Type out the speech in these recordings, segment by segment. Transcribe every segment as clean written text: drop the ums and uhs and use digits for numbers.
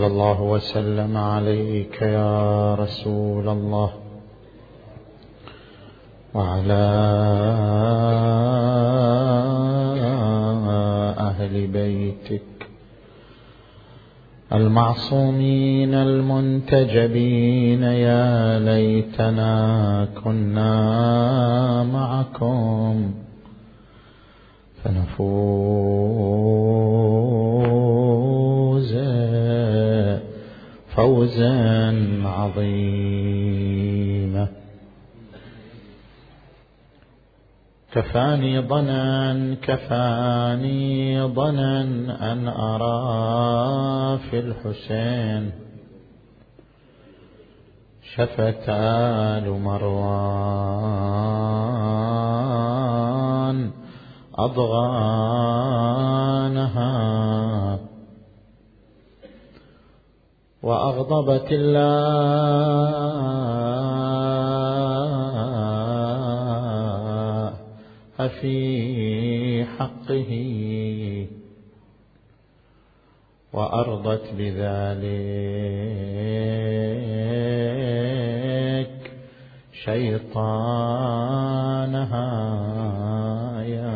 صلى الله وسلم عليك يا رسول الله وعلى أهل بيتك المعصومين المنتجبين. يا ليتنا كنا معكم فنفوز فوزا عظيما. كفاني ظنا أن أرى في الحسين شفت آل مروان أضغانها وأغضبت الله في حقه وأرضت بذلك شيطانها. يا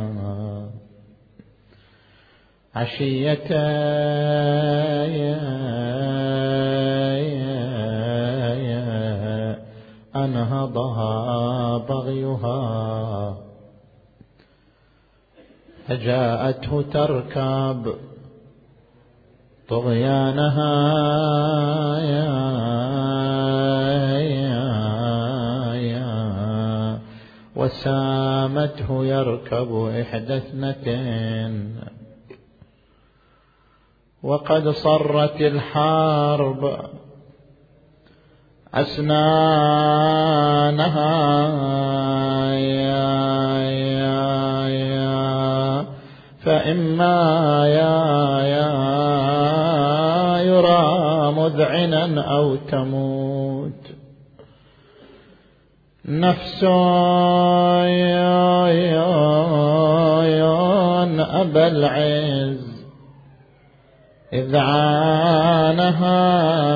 عشية أنهضها بغيها فجاءته تركب طغيانها. وسامته يركب إحدى اثنتين وقد صرت الحرب أسنانها. فإما يرى مذعنا أو تموت نفس أبا العز إذ عانها.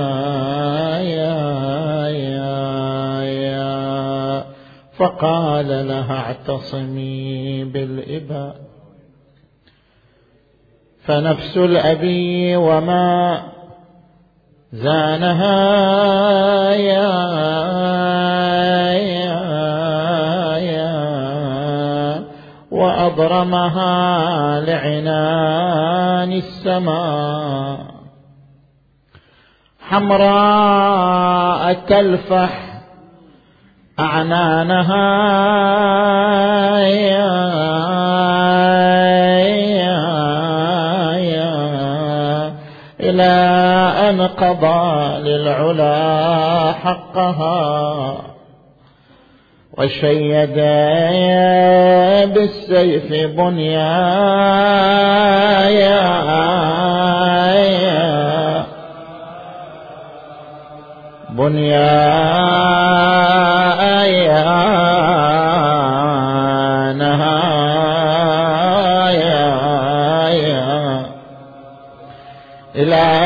فقال لها اعتصمي بالإباء فنفس الأبي وما زانها. وأضرمها لعنان السماء حمراء تلفح أعنانها. إلى أن قضى للعلا حقها وشيد بالسيف بنيانها إلى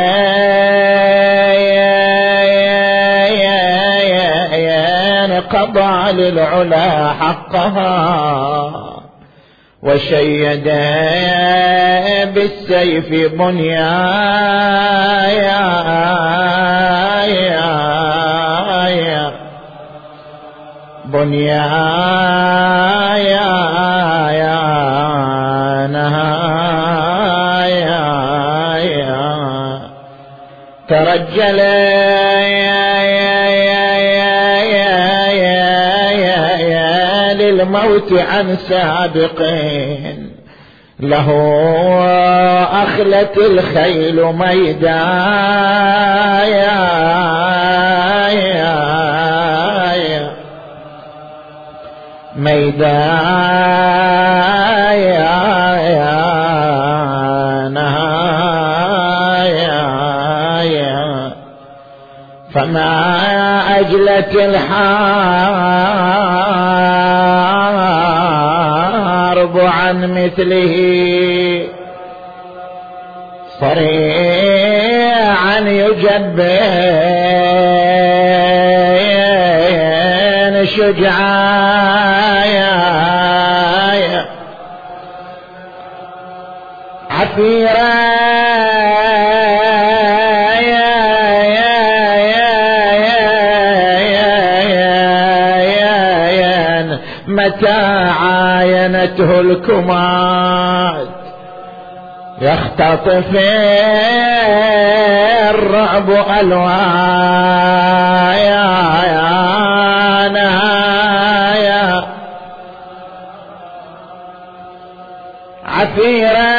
قضى للعلا حقها وشيد بالسيف ترجل للموت عن سابقين له أخلت الخيل فما أجلت الحرب عن مثله صريعا جبين شجعان عثيرا متى عاينته الكمات يختطف الرعب ألوانا عثيرا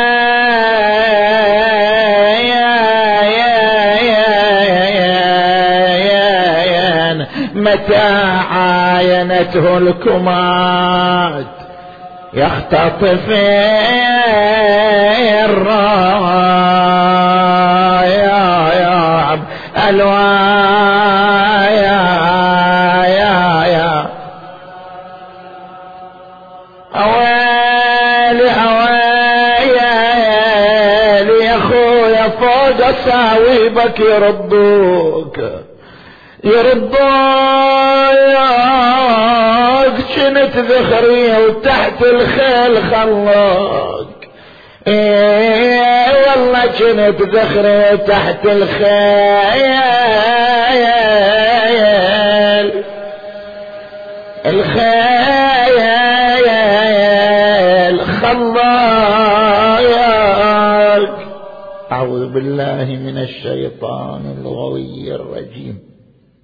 متى عاينته الكمات يختطف الرايا الوايا اويلي اويلي يا خويا فوق صاويبك يردوك كنت ذخري وتحت الخيل خلاك والله كنت ذخري تحت الخيل خلاك. أعوذ بالله من الشيطان الغوي الرجيم.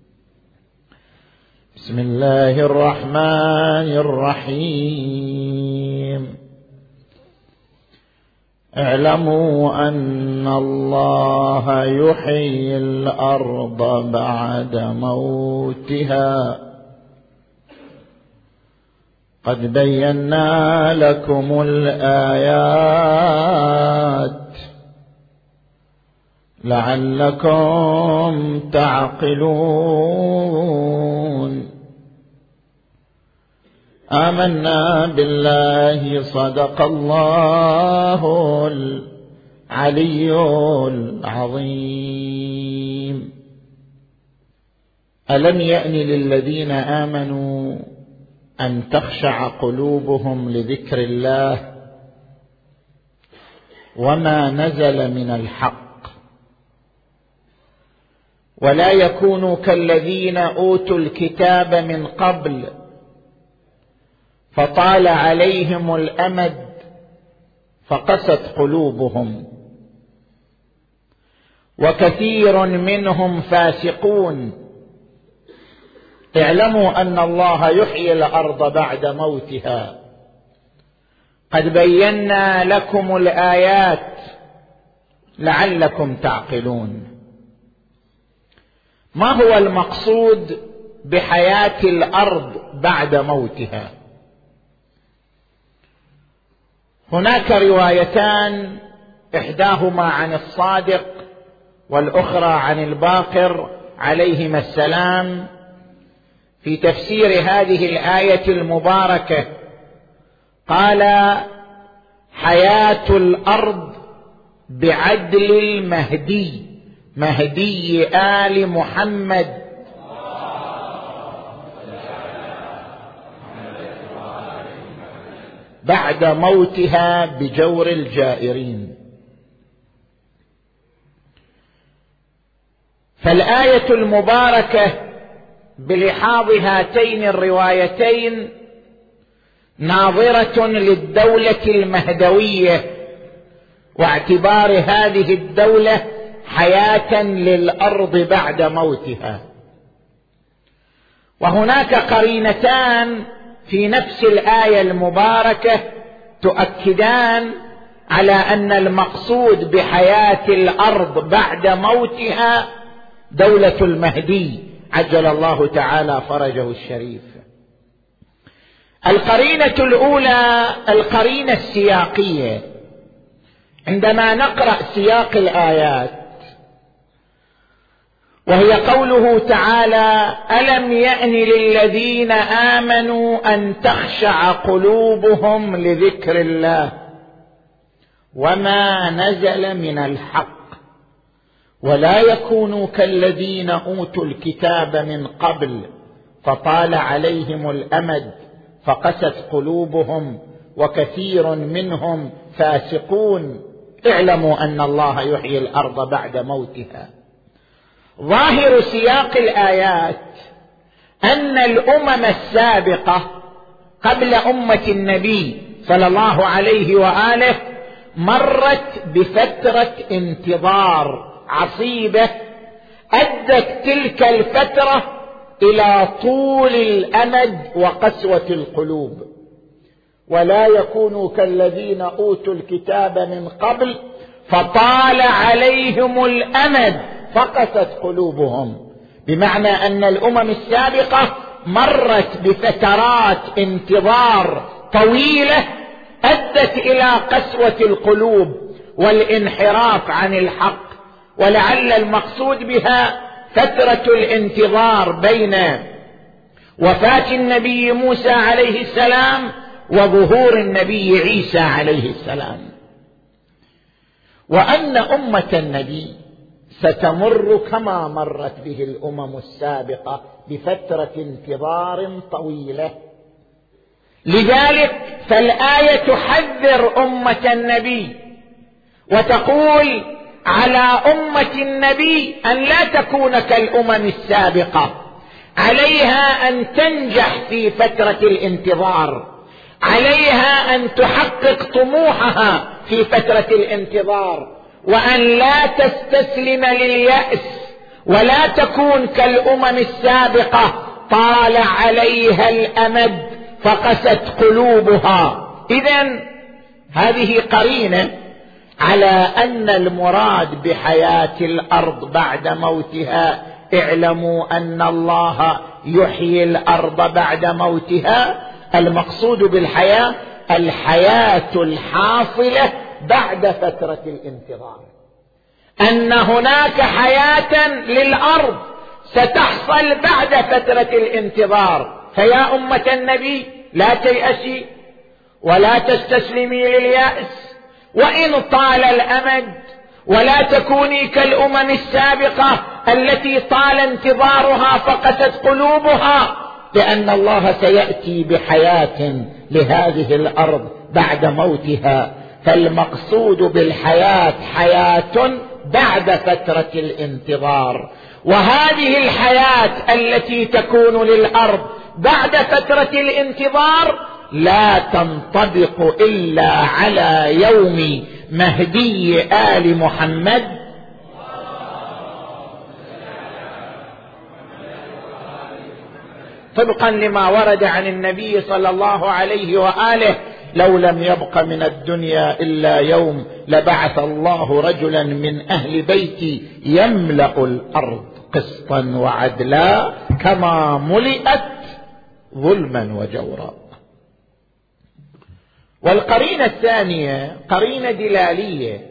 بسم الله الرحمن الرحيم. اعلموا أن الله يحيي الأرض بعد موتها قد بينا لكم الآيات لعلكم تعقلون. آمنا بالله صدق الله العلي العظيم. ألم يأن للذين آمنوا أن تخشع قلوبهم لذكر الله وما نزل من الحق ولا يكونوا كالذين أوتوا الكتاب من قبل فطال عليهم الأمد فقست قلوبهم وكثير منهم فاسقون. اعلموا أن الله يحيي الأرض بعد موتها قد بينا لكم الآيات لعلكم تعقلون. ما هو المقصود بحياة الأرض بعد موتها؟ هناك روايتان، إحداهما عن الصادق والأخرى عن الباقر عليهما السلام في تفسير هذه الآية المباركة. قال: حياة الأرض بعدل المهدي، مهدي آل محمد بعد موتها بجور الجائرين. فالآية المباركة بلحاظ هاتين الروايتين ناظرة للدولة المهدوية واعتبار هذه الدولة حياة للأرض بعد موتها. وهناك قرينتان في نفس الآية المباركة تؤكدان على أن المقصود بحياة الأرض بعد موتها دولة المهدي عجل الله تعالى فرجه الشريف. القرينة الأولى القرينة السياقية. عندما نقرأ سياق الآيات وهي قوله تعالى: ألم يأن للذين آمنوا أن تخشع قلوبهم لذكر الله وما نزل من الحق ولا يكونوا كالذين أوتوا الكتاب من قبل فطال عليهم الأمد فقست قلوبهم وكثير منهم فاسقون. اعلموا أن الله يحيي الأرض بعد موتها. ظاهر سياق الآيات أن الأمم السابقة قبل أمة النبي صلى الله عليه وآله مرت بفترة انتظار عصيبة أدت تلك الفترة إلى طول الأمد وقسوة القلوب. ولا يكونوا كالذين أوتوا الكتاب من قبل فطال عليهم الأمد فقست قلوبهم، بمعنى أن الأمم السابقة مرت بفترات انتظار طويلة أدت إلى قسوة القلوب والانحراف عن الحق. ولعل المقصود بها فترة الانتظار بين وفاة النبي موسى عليه السلام وظهور النبي عيسى عليه السلام، وأن أمة النبي ستمر كما مرت به الأمم السابقة بفترة انتظار طويلة. لذلك فالآية تحذر أمة النبي وتقول على أمة النبي أن لا تكون كالأمم السابقة، عليها أن تنجح في فترة الانتظار، عليها أن تحقق طموحها في فترة الانتظار، وأن لا تستسلم لليأس ولا تكون كالأمم السابقة طال عليها الأمد فقست قلوبها. إذن هذه قرينة على أن المراد بحياة الأرض بعد موتها. اعلموا أن الله يحيي الأرض بعد موتها. المقصود بالحياة الحياة الحاصلة بعد فترة الانتظار، أن هناك حياة للأرض ستحصل بعد فترة الانتظار. فيا أمة النبي لا تيأسي ولا تستسلمي لليأس وإن طال الأمد، ولا تكوني كالأمم السابقة التي طال انتظارها فقست قلوبها، لأن الله سيأتي بحياة لهذه الأرض بعد موتها. فالمقصود بالحياة حياة بعد فترة الانتظار، وهذه الحياة التي تكون للأرض بعد فترة الانتظار لا تنطبق إلا على يوم مهدي آل محمد طبقا لما ورد عن النبي صلى الله عليه وآله: لو لم يبق من الدنيا إلا يوم لبعث الله رجلا من أهل بيتي يملأ الأرض قسطا وعدلا كما ملئت ظلما وجورا. والقرينة الثانية قرينة دلالية: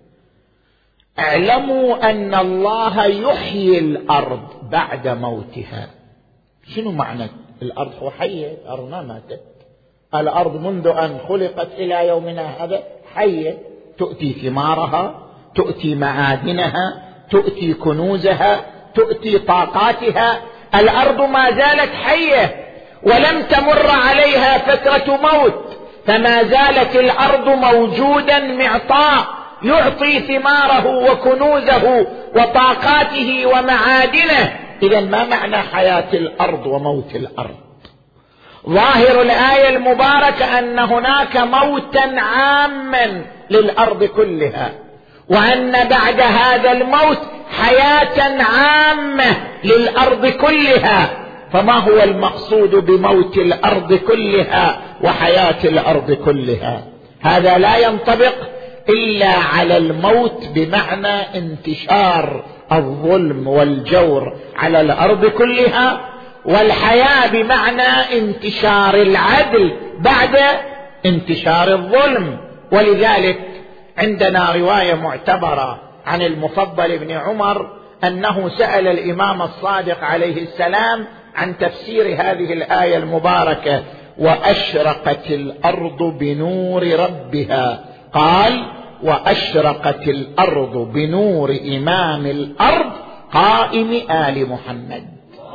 اعلموا أن الله يحيي الأرض بعد موتها. شنو معنى الأرض؟ هو حية، الأرض ما ماتت. الأرض منذ أن خلقت إلى يومنا هذا حية، تؤتي ثمارها، تؤتي معادنها، تؤتي كنوزها، تؤتي طاقاتها. الأرض ما زالت حية ولم تمر عليها فترة موت، فما زالت الأرض موجودا معطاء يعطي ثماره وكنوزه وطاقاته ومعادنه. إذن ما معنى حياة الأرض وموت الأرض؟ ظاهر الآية المباركة أن هناك موتا عاما للأرض كلها، وأن بعد هذا الموت حياة عامة للأرض كلها. فما هو المقصود بموت الأرض كلها وحياة الأرض كلها؟ هذا لا ينطبق إلا على الموت بمعنى انتشار الظلم والجور على الأرض كلها، والحياة بمعنى انتشار العدل بعد انتشار الظلم. ولذلك عندنا رواية معتبرة عن المفضل بن عمر أنه سأل الإمام الصادق عليه السلام عن تفسير هذه الآية المباركة: وأشرقت الأرض بنور ربها. قال: وأشرقت الأرض بنور إمام الأرض قائم آل محمد.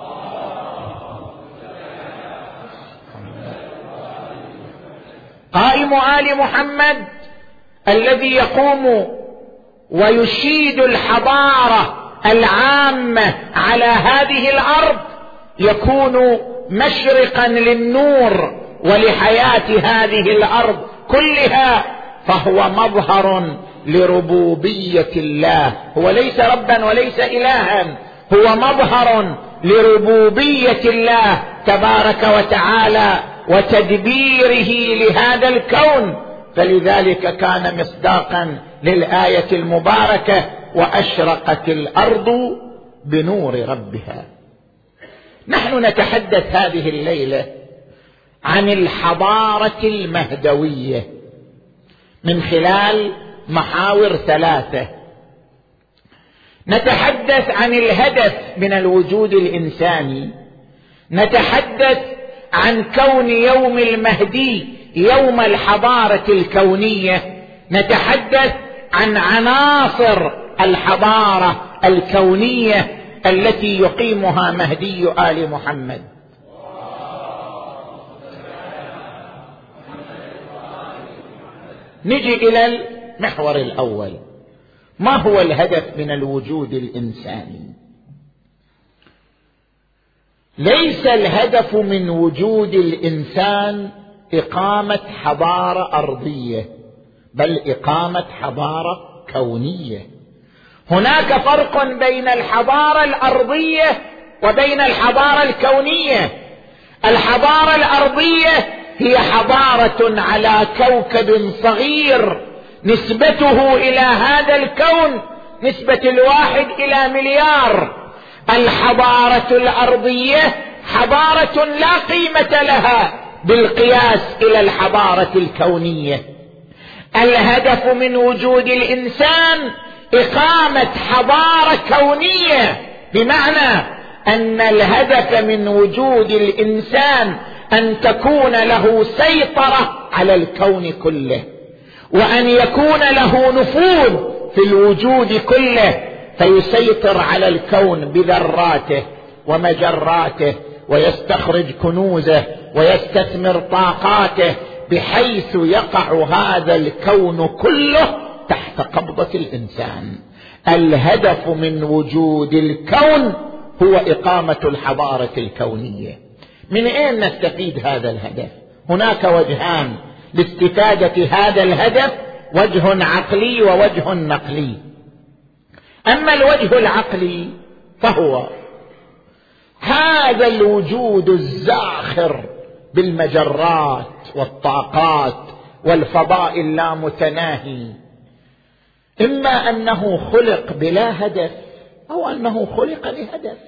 قائم آل محمد الذي يقوم ويشيد الحضارة العامة على هذه الأرض يكون مشرقا للنور ولحياة هذه الأرض كلها، فهو مظهر لربوبية الله. هو ليس ربا وليس إلها، هو مظهر لربوبية الله تبارك وتعالى وتدبيره لهذا الكون. فلذلك كان مصداقا للآية المباركة وأشرقت الأرض بنور ربها. نحن نتحدث هذه الليلة عن الحضارة المهدوية من خلال محاور ثلاثة. نتحدث عن الهدف من الوجود الإنساني، نتحدث عن كون يوم المهدي يوم الحضارة الكونية، نتحدث عن عناصر الحضارة الكونية التي يقيمها مهدي آل محمد. نجي إلى المحور الأول، ما هو الهدف من الوجود الإنساني؟ ليس الهدف من وجود الإنسان إقامة حضارة أرضية، بل إقامة حضارة كونية. هناك فرق بين الحضارة الأرضية وبين الحضارة الكونية. الحضارة الأرضية هي حضارة على كوكب صغير نسبته إلى هذا الكون نسبة 1:1,000,000,000. الحضارة الأرضية حضارة لا قيمة لها بالقياس إلى الحضارة الكونية. الهدف من وجود الإنسان إقامة حضارة كونية، بمعنى أن الهدف من وجود الإنسان أن تكون له سيطرة على الكون كله، وأن يكون له نفوذ في الوجود كله، فيسيطر على الكون بذراته ومجراته ويستخرج كنوزه ويستثمر طاقاته، بحيث يقع هذا الكون كله تحت قبضة الإنسان. الهدف من وجود الكون هو إقامة الحضارة الكونية. من أين نستفيد هذا الهدف؟ هناك وجهان لاستفادة هذا الهدف، وجه عقلي ووجه نقلي. أما الوجه العقلي فهو هذا الوجود الزاخر بالمجرات والطاقات والفضاء اللامتناهي، إما أنه خلق بلا هدف أو أنه خلق لهدف.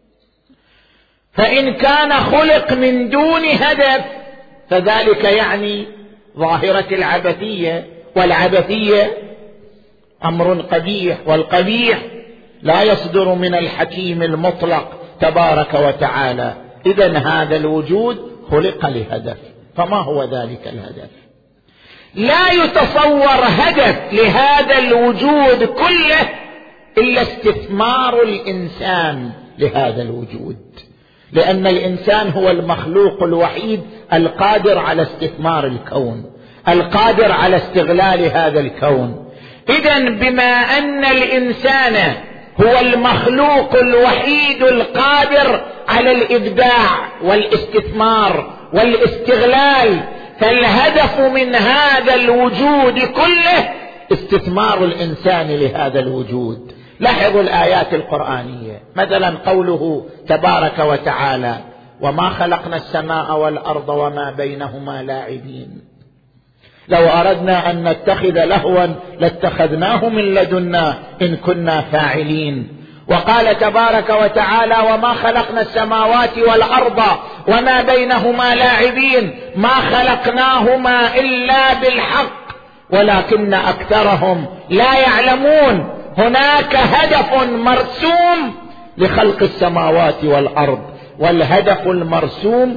فإن كان خلق من دون هدف فذلك يعني ظاهرة العبثية، والعبثية أمر قبيح، والقبيح لا يصدر من الحكيم المطلق تبارك وتعالى. إذن هذا الوجود خلق لهدف. فما هو ذلك الهدف؟ لا يتصور هدف لهذا الوجود كله إلا استثمار الإنسان لهذا الوجود، لأن الإنسان هو المخلوق الوحيد القادر على استثمار الكون، القادر على استغلال هذا الكون. إذن بما أن الإنسان هو المخلوق الوحيد القادر على الإبداع والاستثمار والاستغلال، فالهدف من هذا الوجود كله استثمار الإنسان لهذا الوجود. لاحظوا الآيات القرآنية، مثلا قوله تبارك وتعالى: وما خلقنا السماء والأرض وما بينهما لاعبين. لو أردنا أن نتخذ لهوا لاتخذناه من لدنا إن كنا فاعلين. وقال تبارك وتعالى: وما خلقنا السماوات والأرض وما بينهما لاعبين، ما خلقناهما إلا بالحق ولكن أكثرهم لا يعلمون. هناك هدف مرسوم لخلق السماوات والأرض، والهدف المرسوم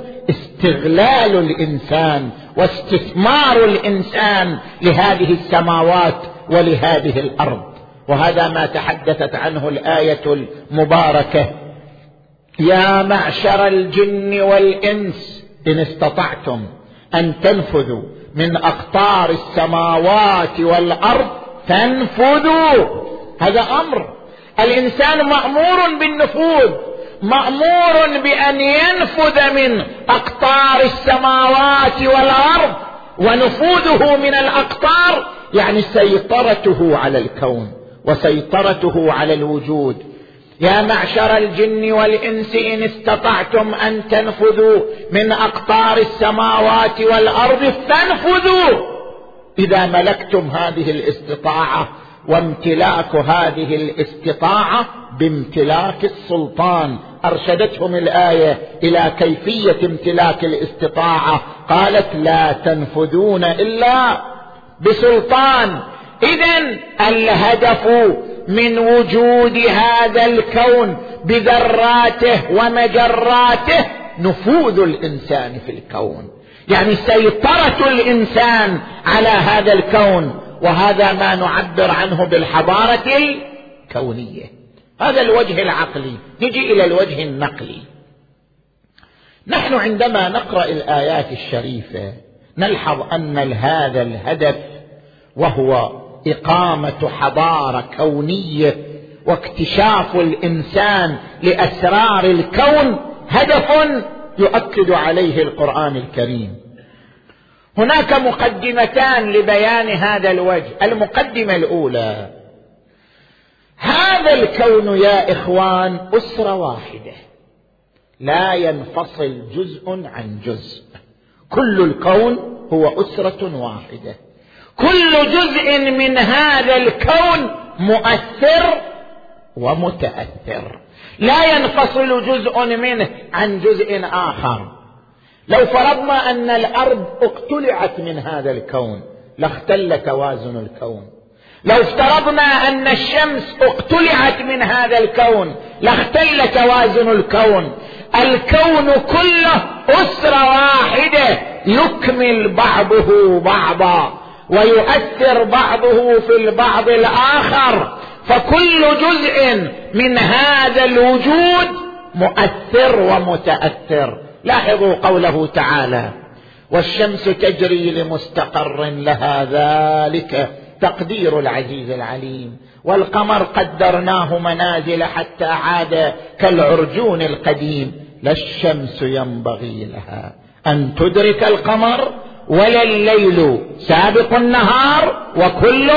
استغلال الإنسان واستثمار الإنسان لهذه السماوات ولهذه الأرض. وهذا ما تحدثت عنه الآية المباركة: يا معشر الجن والإنس إن استطعتم أن تنفذوا من أقطار السماوات والأرض فانفذوا. هذا أمر، الإنسان مأمور بالنفوذ، مأمور بأن ينفذ من أقطار السماوات والأرض. ونفوذه من الأقطار يعني سيطرته على الكون وسيطرته على الوجود. يا معشر الجن والإنس إن استطعتم أن تنفذوا من أقطار السماوات والأرض فانفذوا. إذا ملكتم هذه الاستطاعة، وامتلاك هذه الاستطاعة بامتلاك السلطان. أرشدتهم الآية إلى كيفية امتلاك الاستطاعة، قالت: لا تنفذون إلا بسلطان. إذن الهدف من وجود هذا الكون بذراته ومجراته نفوذ الإنسان في الكون، يعني سيطرة الإنسان على هذا الكون. وهذا ما نعبر عنه بالحضارة الكونية. هذا الوجه العقلي. نجي إلى الوجه النقلي. نحن عندما نقرأ الآيات الشريفة نلحظ أن هذا الهدف، وهو إقامة حضارة كونية واكتشاف الإنسان لأسرار الكون، هدف يؤكد عليه القرآن الكريم. هناك مقدمتان لبيان هذا الوجه. المقدمة الأولى: هذا الكون يا إخوان أسرة واحدة، لا ينفصل جزء عن جزء. كل الكون هو أسرة واحدة، كل جزء من هذا الكون مؤثر ومتأثر، لا ينفصل جزء منه عن جزء آخر. لو فرضنا أن الأرض اقتلعت من هذا الكون لاختل توازن الكون. لو افترضنا أن الشمس اقتلعت من هذا الكون لاختل توازن الكون. الكون كله أسرة واحدة يكمل بعضه بعضا ويؤثر بعضه في البعض الآخر، فكل جزء من هذا الوجود مؤثر ومتأثر. لاحظوا قوله تعالى: والشمس تجري لمستقر لها ذلك تقدير العزيز العليم، والقمر قدرناه منازل حتى عاد كالعرجون القديم، لا الشمس ينبغي لها أن تدرك القمر ولا الليل سابق النهار وكل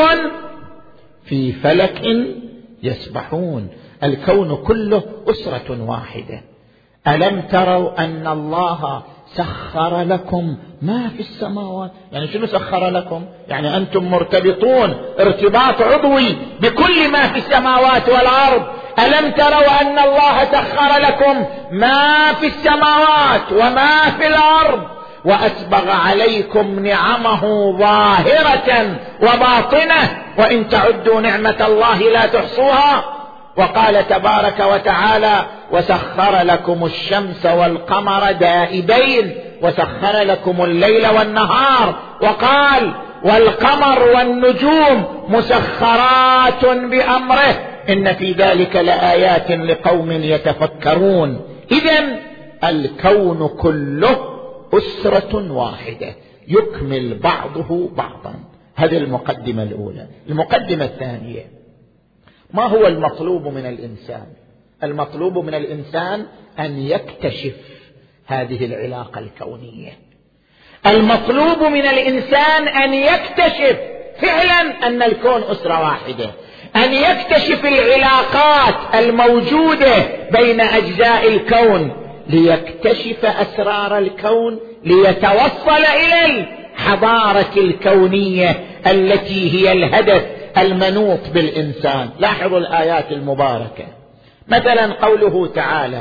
في فلك يسبحون. الكون كله أسرة واحدة. ألم تروا أن الله سخر لكم ما في السماوات؟ يعني شنو سخر لكم؟ يعني أنتم مرتبطون ارتباط عضوي بكل ما في السماوات والأرض. ألم تروا أن الله سخر لكم ما في السماوات وما في الأرض وأسبغ عليكم نعمه ظاهرة وباطنة وإن تعدوا نعمة الله لا تحصوها. وقال تبارك وتعالى: وسخر لكم الشمس والقمر دائبين وسخر لكم الليل والنهار. وقال: والقمر والنجوم مسخرات بأمره إن في ذلك لآيات لقوم يتفكرون. إذن الكون كله أسرة واحدة يكمل بعضه بعضا. هذه المقدمة الأولى. المقدمة الثانية: ما هو المطلوب من الإنسان؟ المطلوب من الإنسان أن يكتشف هذه العلاقة الكونية. المطلوب من الإنسان أن يكتشف فعلا أن الكون أسرة واحدة، أن يكتشف العلاقات الموجودة بين أجزاء الكون ليكتشف أسرار الكون، ليتوصل إلى الحضارة الكونية التي هي الهدف المنوط بالإنسان. لاحظوا الآيات المباركة. مثلا قوله تعالى: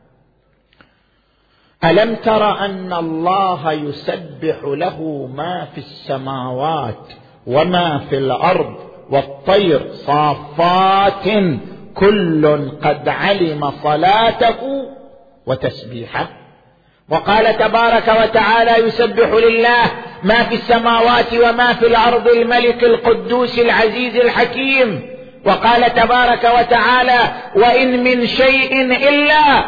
ألم تر أن الله يسبح له ما في السماوات وما في الأرض والطير صافات كل قد علم صلاته وتسبيحه. وقال تبارك وتعالى: يسبح لله ما في السماوات وما في الأرض الملك القدوس العزيز الحكيم. وقال تبارك وتعالى: وإن من شيء إلا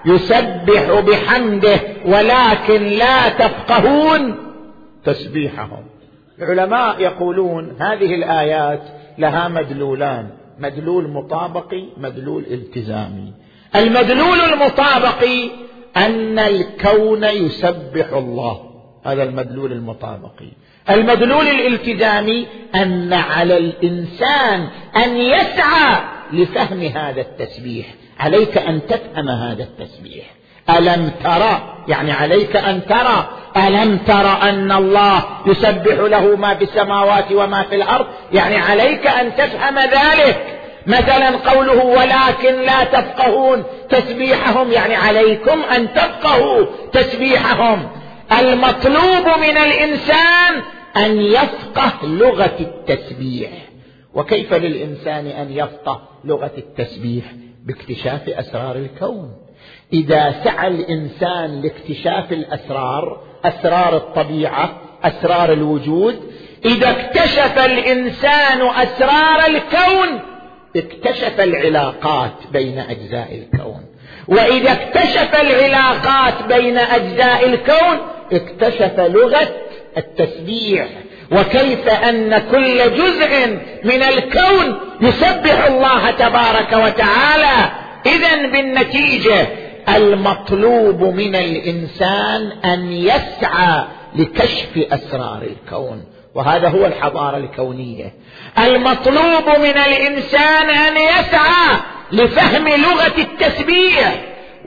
يسبح بحمده ولكن لا تفقهون تسبيحهم. العلماء يقولون هذه الآيات لها مدلولان: مدلول مطابقي، مدلول التزامي. المدلول المطابقي أن الكون يسبح الله، هذا المدلول المطابقي. المدلول الالتزامي أن على الإنسان أن يسعى لفهم هذا التسبيح. عليك أن تفهم هذا التسبيح. ألم ترى، يعني عليك أن ترى. ألم ترى أن الله يسبح له ما في السماوات وما في الأرض، يعني عليك أن تفهم ذلك. مثلا قوله ولكن لا تفقهون تسبيحهم، يعني عليكم أن تفقهوا تسبيحهم. المطلوب من الإنسان أن يفقه لغة التسبيح. وكيف للإنسان أن يفقه لغة التسبيح؟ باكتشاف أسرار الكون. إذا سعى الإنسان لاكتشاف الأسرار، أسرار الطبيعة، أسرار الوجود، إذا اكتشف الإنسان أسرار الكون اكتشف العلاقات بين أجزاء الكون. وإذا اكتشف العلاقات بين أجزاء الكون اكتشف لغة التسبيح، وكيف أن كل جزء من الكون يسبح الله تبارك وتعالى. إذن بالنتيجة المطلوب من الإنسان أن يسعى لكشف أسرار الكون، وهذا هو الحضارة الكونية. المطلوب من الإنسان أن يسعى لفهم لغة التسبيح،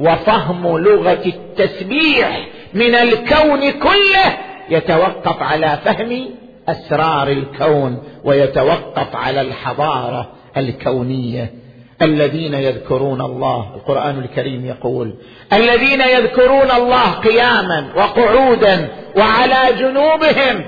وفهم لغة التسبيح من الكون كله يتوقف على فهم أسرار الكون، ويتوقف على الحضارة الكونية. الذين يذكرون الله، القرآن الكريم يقول: الذين يذكرون الله قياما وقعودا وعلى جنوبهم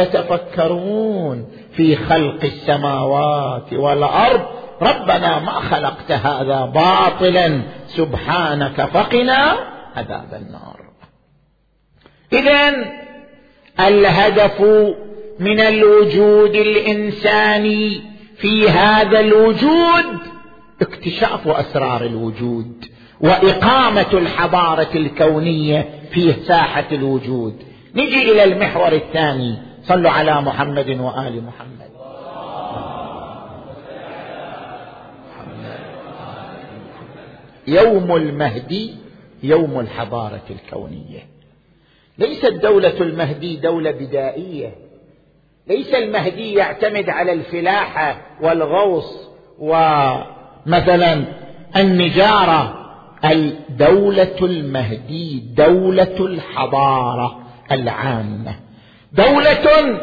ويتفكرون في خلق السماوات والأرض ربنا ما خلقت هذا باطلا سبحانك فقنا عذاب النار. إذن الهدف من الوجود الإنساني في هذا الوجود اكتشاف أسرار الوجود وإقامة الحضارة الكونية في ساحة الوجود. نجي إلى المحور الثاني. صلوا على محمد وآل محمد. يوم المهدي يوم الحضارة الكونية. ليست دولة المهدي دولة بدائية، ليس المهدي يعتمد على الفلاحة والغوص ومثلا النجارة. الدولة المهدي دولة الحضارة العامة، دولة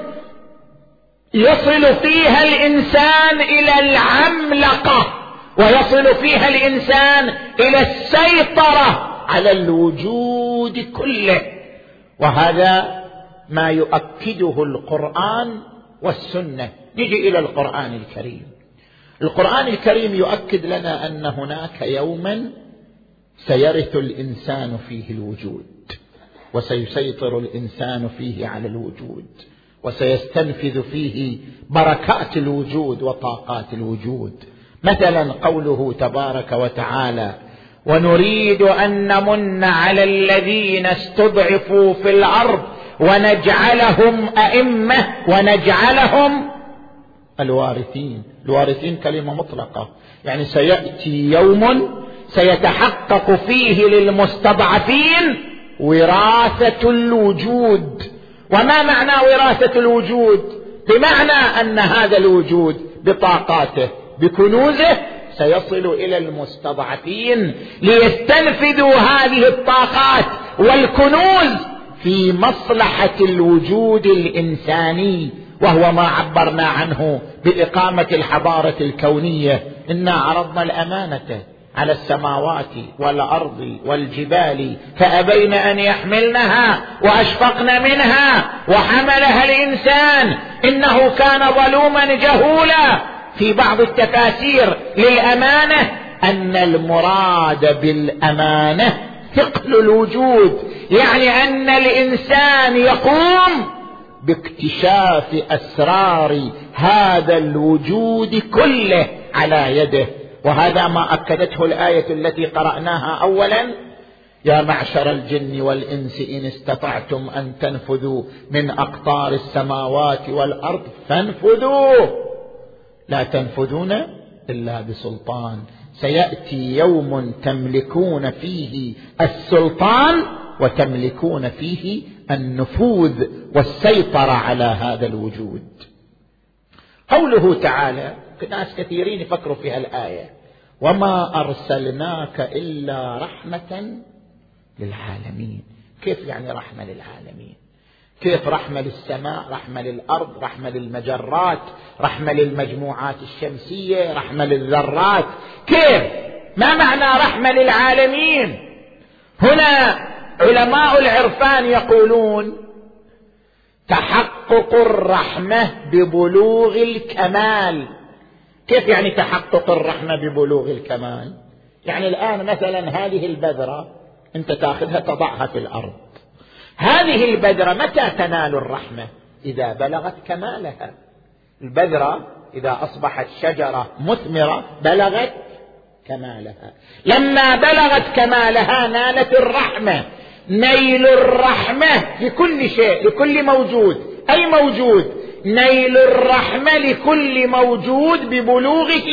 يصل فيها الإنسان إلى العملقة، ويصل فيها الإنسان إلى السيطرة على الوجود كله. وهذا ما يؤكده القرآن والسنة. نجي إلى القرآن الكريم. القرآن الكريم يؤكد لنا أن هناك يوما سيرث الإنسان فيه الوجود، وسيسيطر الإنسان فيه على الوجود، وسيستنفذ فيه بركات الوجود وطاقات الوجود. مثلا قوله تبارك وتعالى: ونريد أن نمن على الذين استضعفوا في الأرض ونجعلهم أئمة ونجعلهم الوارثين. الوارثين كلمة مطلقة، يعني سيأتي يوم سيتحقق فيه للمستضعفين وراثة الوجود. وما معنى وراثة الوجود؟ بمعنى أن هذا الوجود بطاقاته بكنوزه سيصل إلى المستضعفين ليستنفذوا هذه الطاقات والكنوز في مصلحة الوجود الإنساني، وهو ما عبرنا عنه بإقامة الحضارة الكونية. إنا عرضنا الأمانة على السماوات والأرض والجبال فأبين أن يحملنها وأشفقن منها وحملها الإنسان إنه كان ظلوما جهولا. في بعض التفاسير للأمانة أن المراد بالأمانة ثقل الوجود، يعني أن الإنسان يقوم باكتشاف أسرار هذا الوجود كله على يده. وهذا ما أكدته الآية التي قرأناها أولا: يا معشر الجن والإنس إن استطعتم أن تنفذوا من أقطار السماوات والأرض فانفذوا لا تنفذون إلا بسلطان. سيأتي يوم تملكون فيه السلطان وتملكون فيه النفوذ والسيطرة على هذا الوجود. قوله تعالى، ناس كثيرين يفكروا في الآية: وما أرسلناك إلا رحمة للعالمين. كيف يعني رحمة للعالمين؟ كيف رحمة للسماء، رحمة للأرض، رحمة للمجرات، رحمة للمجموعات الشمسية، رحمة للذرات؟ كيف؟ ما معنى رحمة للعالمين؟ هنا علماء العرفان يقولون تحقق الرحمة ببلوغ الكمال. كيف يعني تحقق الرحمة ببلوغ الكمال؟ يعني الآن مثلا هذه البذرة أنت تأخذها تضعها في الأرض، هذه البذرة متى تنال الرحمة؟ إذا بلغت كمالها. البذرة إذا أصبحت شجرة مثمرة بلغت كمالها، لما بلغت كمالها نالت الرحمة. نيل الرحمة لكل شيء، لكل موجود، أي موجود، نيل الرحمة لكل موجود ببلوغه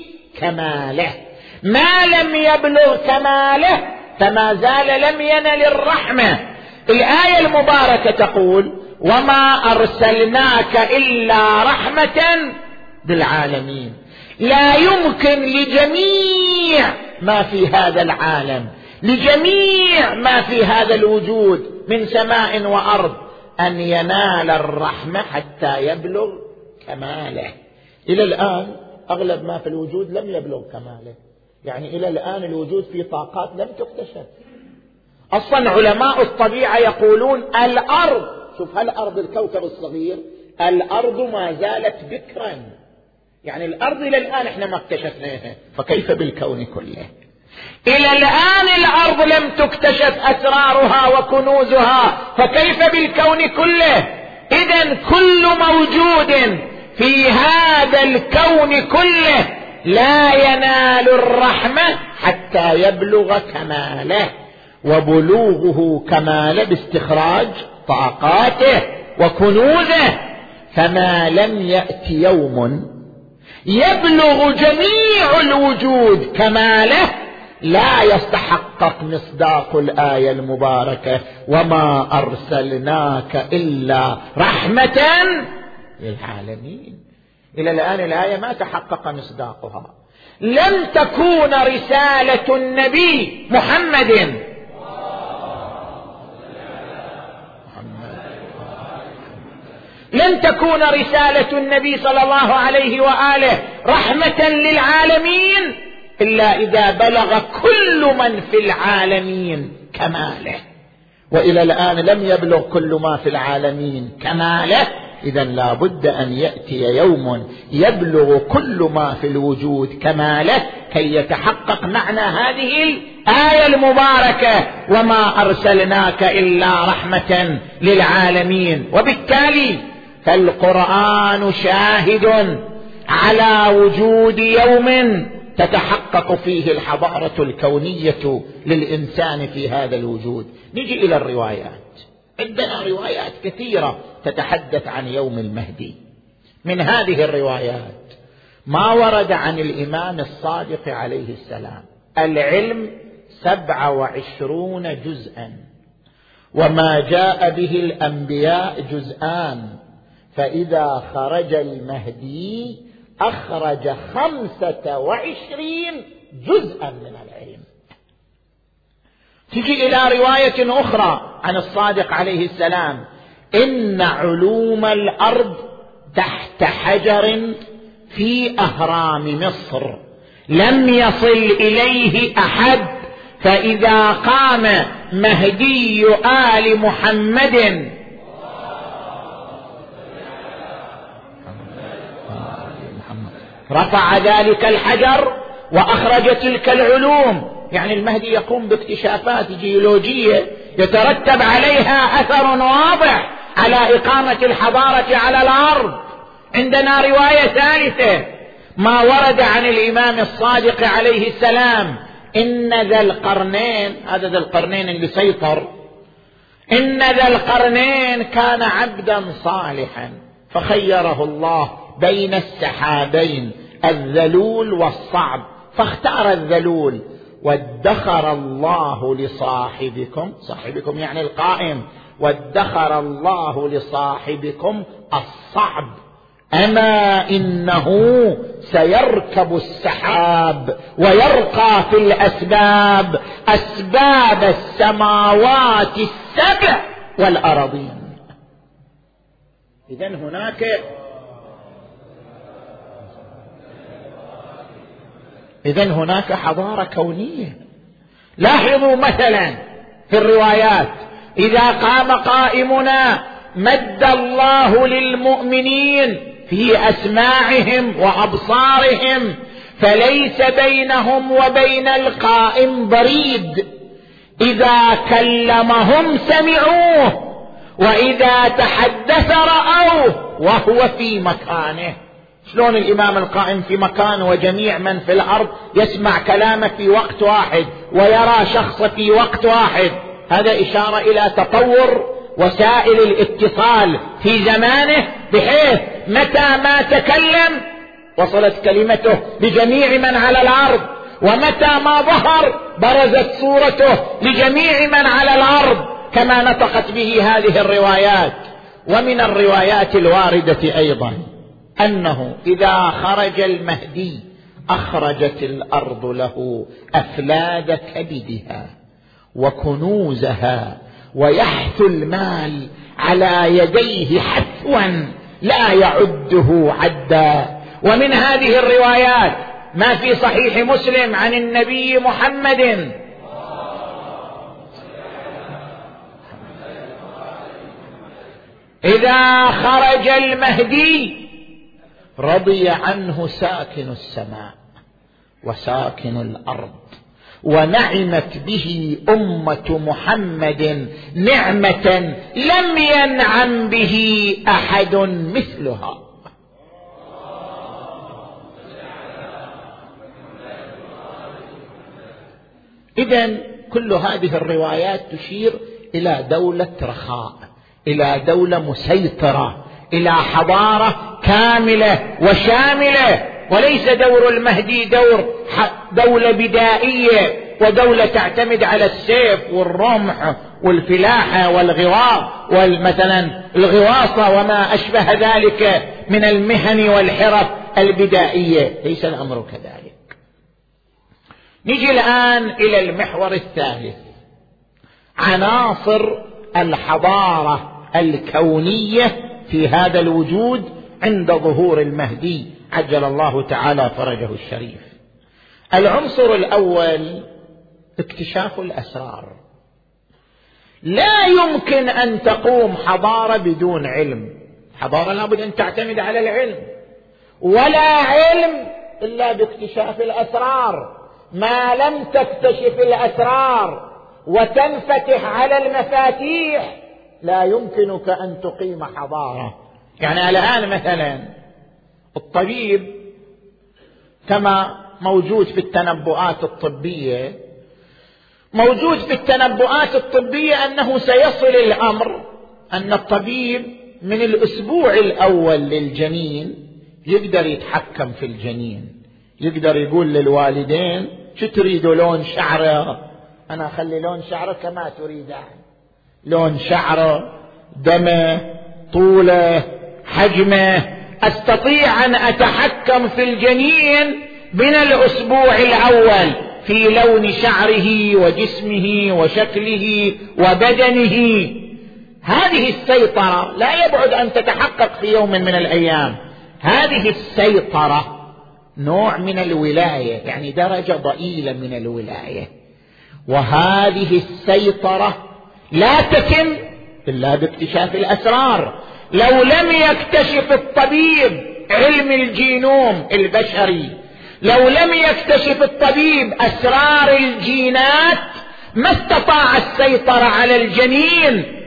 كماله. ما لم يبلغ كماله فما زال لم ينل الرحمة. الآية المباركة تقول: وما أرسلناك إلا رحمة للعالمين. لا يمكن لجميع ما في هذا العالم، لجميع ما في هذا الوجود من سماء وأرض، أن ينال الرحمة حتى يبلغ كماله. إلى الآن أغلب ما في الوجود لم يبلغ كماله، يعني إلى الآن الوجود في طاقات لم تكتشف. أصلا علماء الطبيعة يقولون الأرض، شوف هالأرض الكوكب الصغير، الأرض ما زالت بكرا، يعني الأرض إلى الآن إحنا ما اكتشفناها، فكيف بالكون كله؟ إلى الآن الأرض لم تكتشف أسرارها وكنوزها، فكيف بالكون كله؟ إذن كل موجود في هذا الكون كله لا ينال الرحمة حتى يبلغ كماله، وبلوغه كماله باستخراج طاقاته وكنوزه. فما لم يأتي يوم يبلغ جميع الوجود كماله لا يستحقق مصداق الآية المباركة: وما أرسلناك إلا رحمة للعالمين. إلى الآن الآية ما تحقق مصداقها. لم تكون رسالة النبي محمد لن تكون رسالة النبي صلى الله عليه وآله رحمة للعالمين إلا إذا بلغ كل من في العالمين كماله، وإلى الآن لم يبلغ كل ما في العالمين كماله. إذن لا بد أن يأتي يوم يبلغ كل ما في الوجود كماله كي يتحقق معنى هذه الآية المباركة: وما أرسلناك إلا رحمة للعالمين. وبالتالي فالقرآن شاهد على وجود يوم تتحقق فيه الحضارة الكونية للإنسان في هذا الوجود. نجي إلى الروايات. عندنا روايات كثيرة تتحدث عن يوم المهدي. من هذه الروايات ما ورد عن الإمام الصادق عليه السلام: العلم 27 جزءا، وما جاء به الأنبياء جزءان، فإذا خرج المهدي أخرج 25 جزءا من العلم. تجي إلى رواية أخرى عن الصادق عليه السلام: إن علوم الأرض تحت حجر في أهرام مصر لم يصل إليه أحد، فإذا قام مهدي آل محمد رفع ذلك الحجر وأخرج تلك العلوم. يعني المهدي يقوم باكتشافات جيولوجية يترتب عليها أثر واضح على إقامة الحضارة على الأرض. عندنا رواية ثالثة ما ورد عن الإمام الصادق عليه السلام إن ذا القرنين، هذا ذا القرنين اللي سيطر، إن ذا القرنين كان عبدا صالحا فخيره الله بين السحابين الذلول والصعب فاختار الذلول، وادخر الله لصاحبكم، صاحبكم يعني القائم، وادخر الله لصاحبكم الصعب، أما إنه سيركب السحاب ويرقى في الأسباب أسباب السماوات السبع والأراضين. إذن هناك حضارة كونية. لاحظوا مثلا في الروايات إذا قام قائمنا مد الله للمؤمنين في أسماعهم وأبصارهم فليس بينهم وبين القائم بريد، إذا كلمهم سمعوه وإذا تحدث رأوه وهو في مكانه. شلون الإمام القائم في مكان وجميع من في الأرض يسمع كلامه في وقت واحد ويرى شخص في وقت واحد؟ هذا إشارة إلى تطور وسائل الاتصال في زمانه، بحيث متى ما تكلم وصلت كلمته لجميع من على الأرض، ومتى ما ظهر برزت صورته لجميع من على الأرض، كما نطقت به هذه الروايات. ومن الروايات الواردة أيضا أنه إذا خرج المهدي أخرجت الأرض له أفلاذ كبدها وكنوزها ويحث المال على يديه حثوا لا يعده عدا. ومن هذه الروايات ما في صحيح مسلم عن النبي محمد إذا خرج المهدي رضي عنه ساكن السماء وساكن الأرض، ونعمت به أمة محمد نعمة لم ينعم به أحد مثلها. إذن كل هذه الروايات تشير إلى دولة رخاء، إلى دولة مسيطرة، إلى حضارة كاملة وشاملة، وليس دور المهدي دولة بدائية ودولة تعتمد على السيف والرمح والفلاحة والغواء والمثلا الغواصة وما أشبه ذلك من المهن والحرف البدائية، ليس الأمر كذلك. نجي الآن إلى المحور الثالث، عناصر الحضارة الكونية في هذا الوجود عند ظهور المهدي عجل الله تعالى فرجه الشريف. العنصر الأول اكتشاف الأسرار. لا يمكن أن تقوم حضارة بدون علم، حضارة لابد أن تعتمد على العلم، ولا علم إلا باكتشاف الأسرار. ما لم تكتشف الأسرار وتنفتح على المفاتيح لا يمكنك أن تقيم حضارة. يعني الآن مثلا الطبيب كما موجود في التنبؤات الطبية، موجود في التنبؤات الطبية أنه سيصل الأمر أن الطبيب من الأسبوع الأول للجنين يقدر يتحكم في الجنين، يقدر يقول للوالدين شو تريدوا لون شعره، أنا أخلي لون شعره كما تريدان، لون شعره، دمه، طوله، حجمه، أستطيع أن أتحكم في الجنين من الأسبوع الأول في لون شعره وجسمه وشكله وبدنه. هذه السيطرة لا يبعد أن تتحقق في يوم من الأيام. هذه السيطرة نوع من الولاية، يعني درجة ضئيلة من الولاية، وهذه السيطرة لا تتم إلا باكتشاف الأسرار. لو لم يكتشف الطبيب علم الجينوم البشري، لو لم يكتشف الطبيب أسرار الجينات، ما استطاع السيطرة على الجنين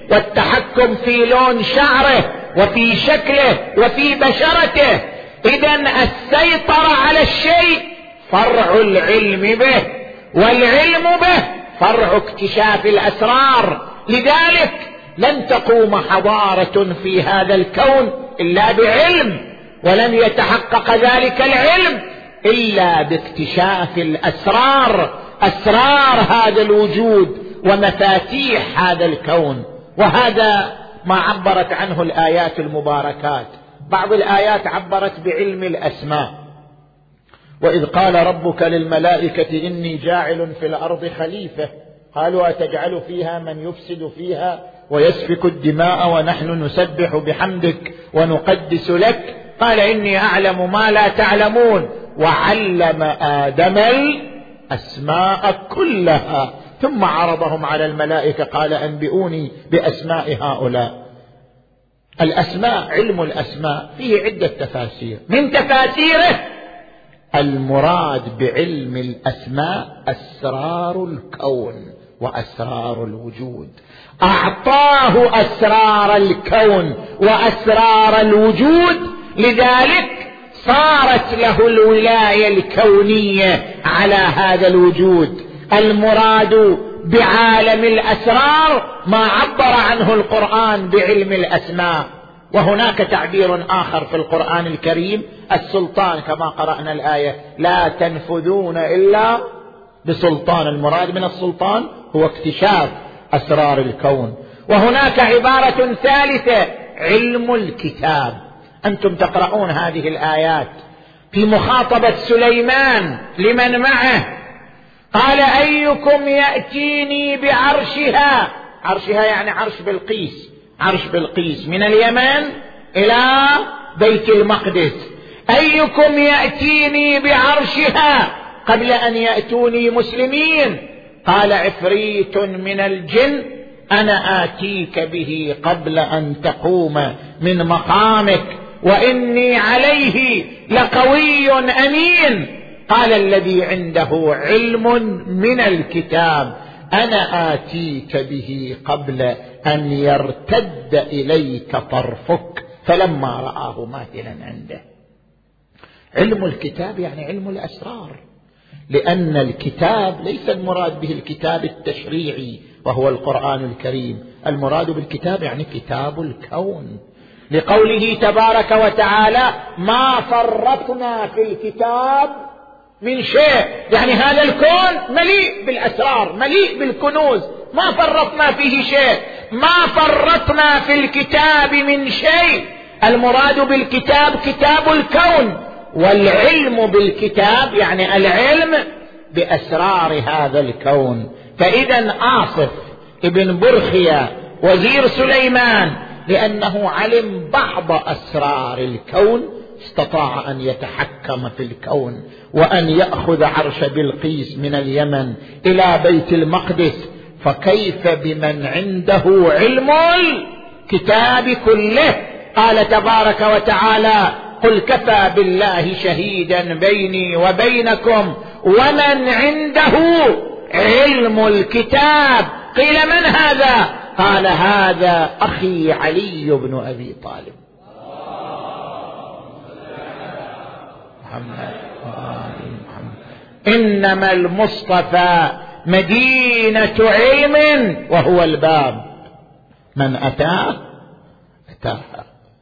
والتحكم في لون شعره وفي شكله وفي بشرته. إذن السيطرة على الشيء فرع العلم به، والعلم به فرع اكتشاف الأسرار. لذلك لن تقوم حضارة في هذا الكون إلا بعلم، ولن يتحقق ذلك العلم إلا باكتشاف الأسرار، أسرار هذا الوجود ومفاتيح هذا الكون. وهذا ما عبرت عنه الآيات المباركات. بعض الآيات عبرت بعلم الأسماء، وإذ قال ربك للملائكة إني جاعل في الأرض خليفة قالوا أتجعل فيها من يفسد فيها ويسفك الدماء ونحن نسبح بحمدك ونقدس لك قال إني أعلم ما لا تعلمون وعلم آدم الأسماء كلها ثم عرضهم على الملائكة قال أنبئوني بأسماء هؤلاء. الأسماء، علم الأسماء فيه عدة تفاسير. من تفاسيره المراد بعلم الأسماء أسرار الكون وأسرار الوجود، أعطاه أسرار الكون وأسرار الوجود، لذلك صارت له الولاية الكونية على هذا الوجود. المراد بعالم الأسرار ما عبر عنه القرآن بعلم الأسماء. وهناك تعبير آخر في القرآن الكريم السلطان، كما قرأنا الآية لا تنفذون إلا بسلطان. المراد من السلطان هو اكتشاف أسرار الكون. وهناك عبارة ثالثة علم الكتاب. أنتم تقرؤون هذه الآيات في مخاطبة سليمان لمن معه، قال أيكم يأتيني بعرشها، عرشها يعني عرش بلقيس، عرش بلقيس من اليمن إلى بيت المقدس، أيكم يأتيني بعرشها قبل أن يأتوني مسلمين؟ قال عفريت من الجن أنا آتيك به قبل أن تقوم من مقامك وإني عليه لقوي أمين. قال الذي عنده علم من الكتاب أنا آتيك به قبل أن يرتد إليك طرفك فلما رآه ماثلا عنده. علم الكتاب يعني علم الأسرار، لأن الكتاب ليس المراد به الكتاب التشريعي وهو القرآن الكريم، المراد بالكتاب يعني كتاب الكون، لقوله تبارك وتعالى ما فرطنا في الكتاب من شيء، يعني هذا الكون مليء بالأسرار مليء بالكنوز، ما فرطنا فيه شيء، ما فرطنا في الكتاب من شيء. المراد بالكتاب كتاب الكون، والعلم بالكتاب يعني العلم بأسرار هذا الكون. فإذا آصف ابن برخيا وزير سليمان لأنه علم بعض أسرار الكون استطاع أن يتحكم في الكون وأن يأخذ عرش بلقيس من اليمن إلى بيت المقدس. فكيف بمن عنده علم الكتاب كله؟ قال تبارك وتعالى قل كفى بالله شهيدا بيني وبينكم ومن عنده علم الكتاب. قيل من هذا؟ قال هذا أخي علي بن أبي طالب. محمد إنما المصطفى مدينة علم وهو الباب، من أتاه أتاها.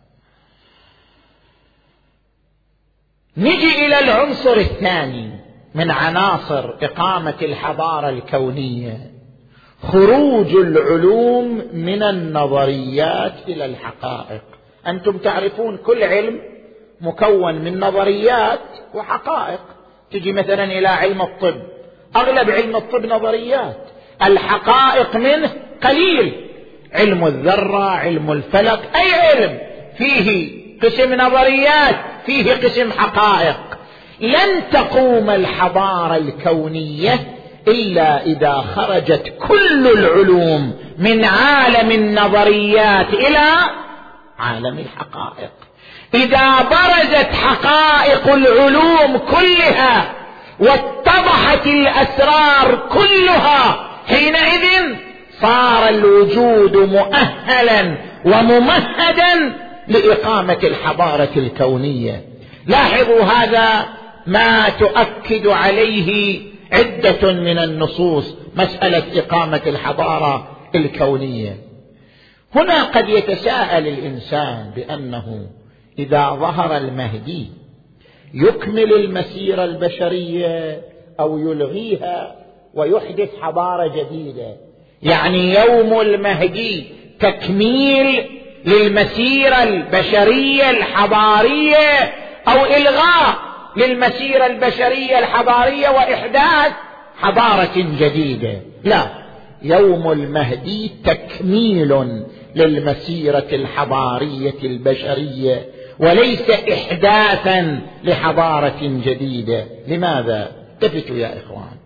نجي إلى العنصر الثاني من عناصر إقامة الحضارة الكونية، خروج العلوم من النظريات إلى الحقائق. أنتم تعرفون كل علم مكون من نظريات وحقائق. تجي مثلا إلى علم الطب، أغلب علم الطب نظريات، الحقائق منه قليل. علم الذرة، علم الفلك، أي علم فيه قسم نظريات فيه قسم حقائق. لن تقوم الحضارة الكونية إلا إذا خرجت كل العلوم من عالم النظريات إلى عالم الحقائق. إذا برزت حقائق العلوم كلها واتضحت الأسرار كلها، حينئذ صار الوجود مؤهلا وممهدا لإقامة الحضارة الكونية. لاحظوا هذا ما تؤكد عليه عدة من النصوص، مسألة إقامة الحضارة الكونية. هنا قد يتساءل الإنسان بأنه إذا ظهر المهدي يكمل المسيرة البشرية أو يلغيها ويحدث حضارة جديدة، يعني يوم المهدي تكميل للمسيرة البشرية الحضارية أو إلغاء للمسيرة البشرية الحضارية وإحداث حضارة جديدة؟ لا، يوم المهدي تكميل للمسيرة الحضارية البشرية وليس إحداثا لحضارة جديدة. لماذا؟ التفتوا يا إخوان.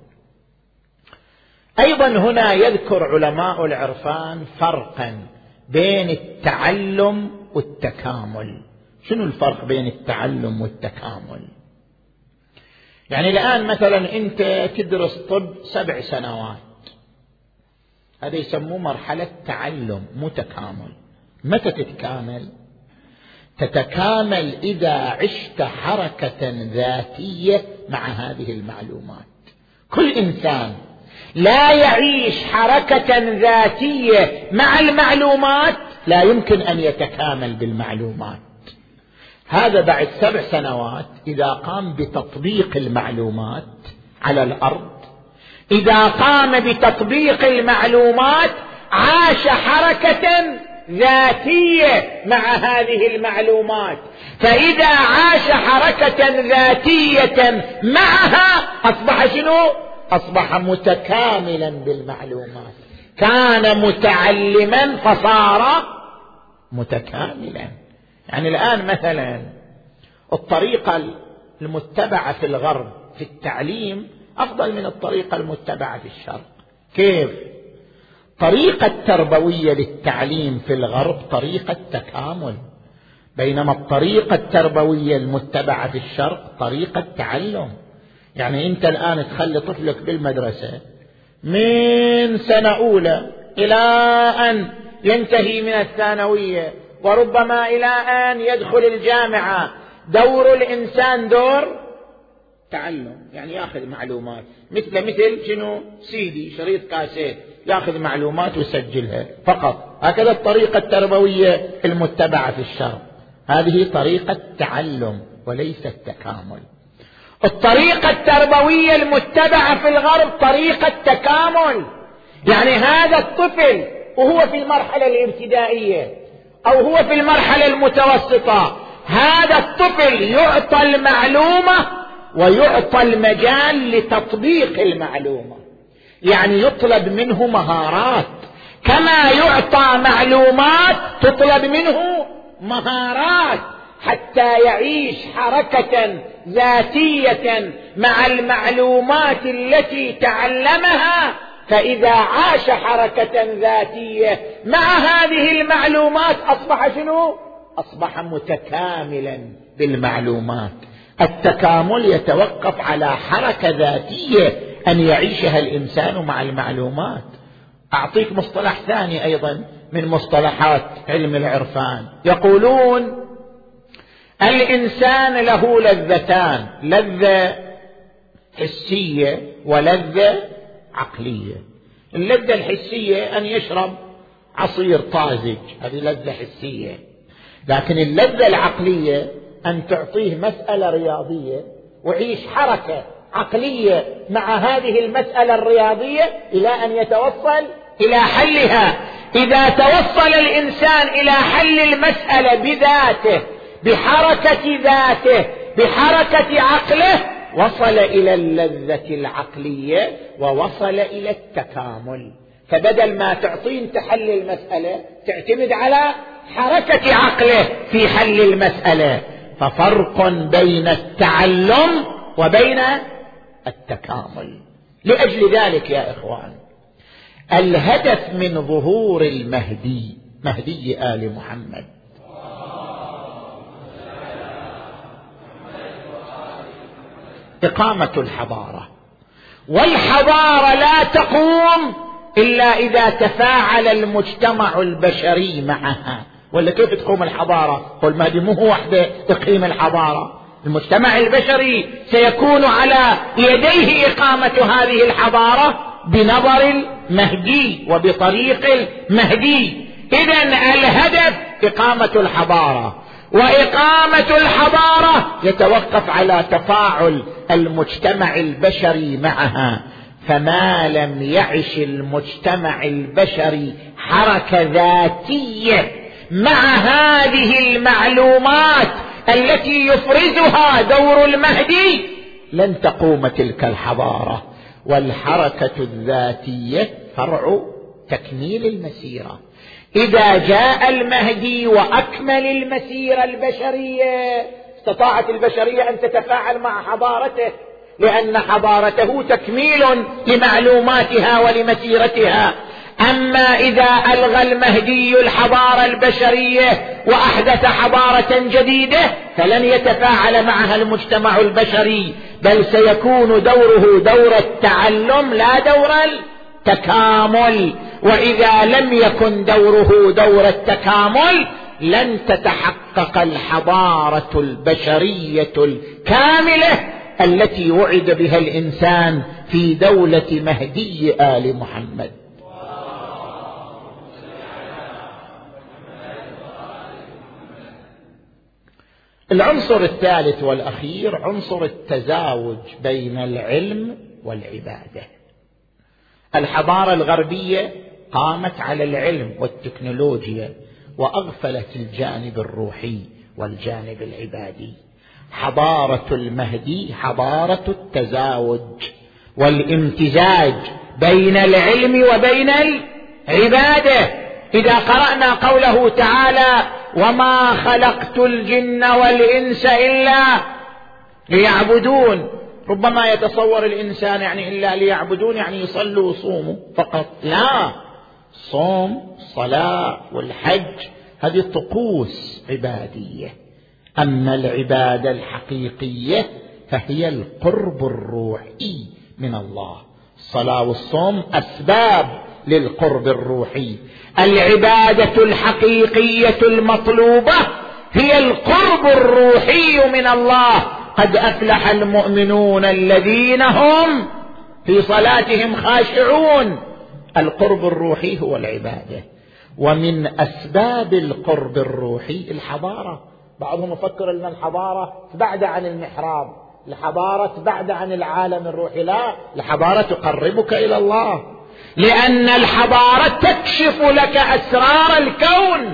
أيضا هنا يذكر علماء العرفان فرقا بين التعلم والتكامل. شنو الفرق بين التعلم والتكامل؟ يعني الآن مثلا أنت تدرس طب 7 سنوات، هذا يسموه مرحلة تعلم مو تكامل. متى تتكامل؟ تتكامل إذا عشت حركة ذاتية مع هذه المعلومات. كل إنسان لا يعيش حركة ذاتية مع المعلومات لا يمكن أن يتكامل بالمعلومات. هذا بعد 7 سنوات إذا قام بتطبيق المعلومات على الأرض، إذا قام بتطبيق المعلومات عاش حركة ذاتية مع هذه المعلومات، فإذا عاش حركة ذاتية معها أصبح شنو؟ أصبح متكاملا بالمعلومات. كان متعلما فصار متكاملا. يعني الآن مثلا الطريقة المتبعة في الغرب في التعليم أفضل من الطريقة المتبعة في الشرق. كيف؟ طريقة تربوية للتعليم في الغرب طريقة تكامل، بينما الطريقة التربوية المتبعة في الشرق طريقة تعلم. يعني أنت الآن تخلي طفلك بالمدرسة من سنة أولى إلى أن ينتهي من الثانوية وربما إلى أن يدخل الجامعة، دور الإنسان دور تعلم. يعني يأخذ معلومات مثل شنو؟ سيدي، شريط كاسيت، يأخذ معلومات ويسجلها فقط. هكذا الطريقة التربوية المتبعة في الشرق، هذه طريقة تعلم وليست تكامل. الطريقة التربوية المتبعة في الغرب طريقة تكامل. يعني هذا الطفل وهو في المرحلة الابتدائية أو هو في المرحلة المتوسطة، هذا الطفل يعطى المعلومة ويعطى المجال لتطبيق المعلومة. يعني يطلب منه مهارات، كما يعطى معلومات تطلب منه مهارات حتى يعيش حركة ذاتية مع المعلومات التي تعلمها. فإذا عاش حركة ذاتية مع هذه المعلومات أصبح شنو؟ أصبح متكاملا بالمعلومات. التكامل يتوقف على حركة ذاتية أن يعيشها الإنسان مع المعلومات. أعطيك مصطلح ثاني أيضا من مصطلحات علم العرفان، يقولون الإنسان له لذتان، لذة حسية ولذة عقلية. اللذة الحسية أن يشرب عصير طازج، هذه لذة حسية. لكن اللذة العقلية أن تعطيه مسألة رياضية ويعيش حركة عقلية مع هذه المسألة الرياضية إلى أن يتوصل إلى حلها. إذا توصل الإنسان إلى حل المسألة بذاته، بحركة ذاته، بحركة عقله، وصل إلى اللذة العقلية ووصل إلى التكامل. فبدل ما تعطين تحل المسألة تعتمد على حركة عقله في حل المسألة. ففرق بين التعلم وبين التكامل. لأجل ذلك يا إخوان، الهدف من ظهور المهدي، مهدي آل محمد، إقامة الحضارة. والحضارة لا تقوم إلا إذا تفاعل المجتمع البشري معها. ولا كيف تقوم الحضارة؟ هو المهدي مو هو وحده تقيم الحضارة، المجتمع البشري سيكون على يديه إقامة هذه الحضارة بنظر المهدي وبطريق المهدي. إذن الهدف إقامة الحضارة، وإقامة الحضارة يتوقف على تفاعل المجتمع البشري معها. فما لم يعش المجتمع البشري حركة ذاتية مع هذه المعلومات التي يفرزها دور المهدي لن تقوم تلك الحضارة. والحركة الذاتية فرع تكميل المسيرة. إذا جاء المهدي وأكمل المسيرة البشرية استطاعت البشرية أن تتفاعل مع حضارته، لأن حضارته تكميل لمعلوماتها ولمسيرتها. أما إذا ألغى المهدي الحضارة البشرية وأحدث حضارة جديدة فلن يتفاعل معها المجتمع البشري، بل سيكون دوره دور التعلم لا دور التكامل. وإذا لم يكن دوره دور التكامل لن تتحقق الحضارة البشرية الكاملة التي وعد بها الإنسان في دولة مهدي آل محمد. العنصر الثالث والأخير عنصر التزاوج بين العلم والعبادة. الحضارة الغربية قامت على العلم والتكنولوجيا وأغفلت الجانب الروحي والجانب العبادي. حضارة المهدي حضارة التزاوج والامتزاج بين العلم وبين العبادة. إذا قرأنا قوله تعالى وما خلقت الجن والإنس إلا ليعبدون، ربما يتصور الإنسان يعني إلا ليعبدون يعني يصلوا ويصوموا فقط، لا، صوم صلاة والحج هذه طقوس عبادية. أما العبادة الحقيقية فهي القرب الروحي من الله. الصلاة والصوم أسباب للقرب الروحي. العبادة الحقيقية المطلوبة هي القرب الروحي من الله. قد أفلح المؤمنون الذين هم في صلاتهم خاشعون. القرب الروحي هو العبادة. ومن أسباب القرب الروحي الحضارة. بعضهم يفكر أن الحضارة تبعد عن المحراب، الحضارة تبعد عن العالم الروحي. لا، الحضارة تقربك إلى الله، لأن الحضارة تكشف لك أسرار الكون.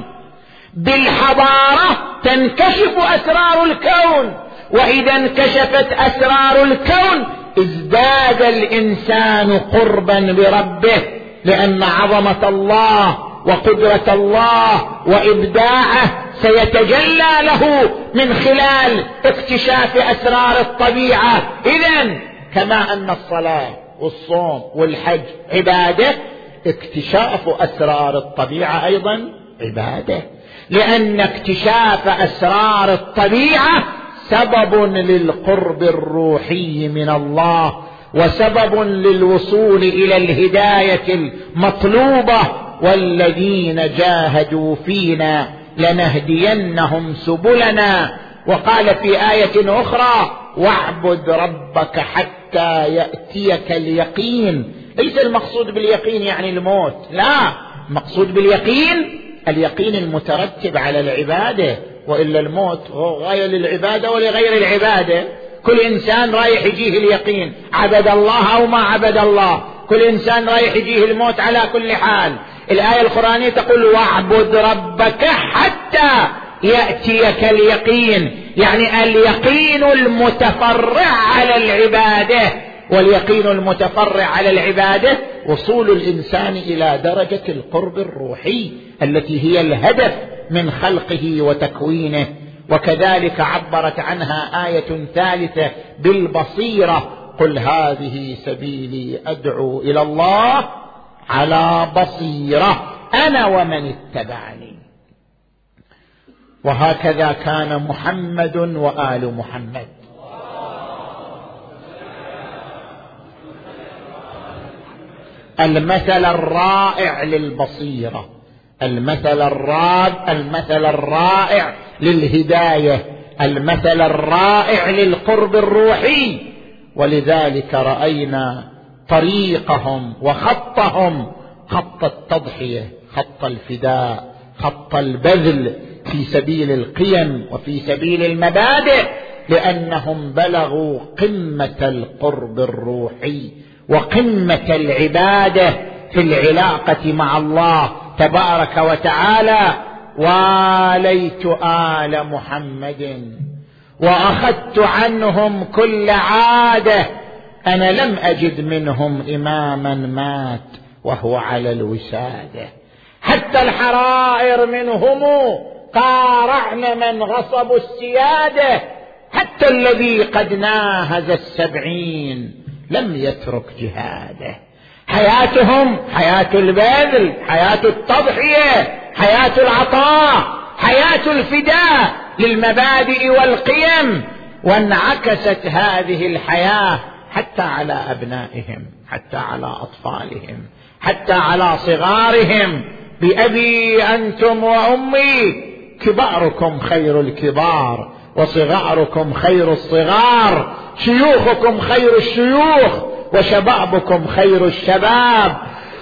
بالحضارة تنكشف أسرار الكون، وإذا انكشفت أسرار الكون ازداد الإنسان قربا بربه، لأن عظمة الله وقدرة الله وإبداعه سيتجلى له من خلال اكتشاف أسرار الطبيعة. إذن كما أن الصلاة والصوم والحج عبادة، اكتشاف أسرار الطبيعة أيضا عبادة، لأن اكتشاف أسرار الطبيعة سبب للقرب الروحي من الله، وسبب للوصول إلى الهداية المطلوبة. والذين جاهدوا فينا لنهدينهم سبلنا. وقال في آية أخرى واعبد ربك حتى يأتيك اليقين. ليس المقصود باليقين يعني الموت، لا، المقصود باليقين اليقين المترتب على العبادة، وإلا الموت هو غاية للعبادة ولغير العبادة. كل إنسان رايح يجيه اليقين، عبد الله أو ما عبد الله، كل إنسان رايح يجيه الموت على كل حال. الآية القرآنية تقول واعبد ربك حتى يأتيك اليقين، يعني اليقين المتفرع على العبادة. واليقين المتفرع على العبادة وصول الإنسان إلى درجة القرب الروحي التي هي الهدف من خلقه وتكوينه. وكذلك عبرت عنها آية ثالثة بالبصيرة قل هذه سبيلي أدعو إلى الله على بصيرة أنا ومن اتبعني. وهكذا كان محمد وآل محمد. المثل الرائع للبصيرة، المثل الرائع للهداية، المثل الرائع للقرب الروحي. ولذلك رأينا طريقهم وخطهم خط التضحية، خط الفداء، خط البذل في سبيل القيم وفي سبيل المبادئ، لأنهم بلغوا قمة القرب الروحي وقمة العبادة في العلاقة مع الله تبارك وتعالى. واليت آل محمد وأخذت عنهم كل عادة، أنا لم أجد منهم إماما مات وهو على الوسادة. حتى الحرائر منهم قارعن من غصبوا السيادة، حتى الذي قد ناهز 70 لم يترك جهاده. حياتهم حياة البذل، حياة التضحية، حياة العطاء، حياة الفداء للمبادئ والقيم. وانعكست هذه الحياة حتى على أبنائهم، حتى على أطفالهم، حتى على صغارهم. بأبي أنتم وأمي، كباركم خير الكبار وصغاركم خير الصغار، شيوخكم خير الشيوخ وشبابكم خير الشباب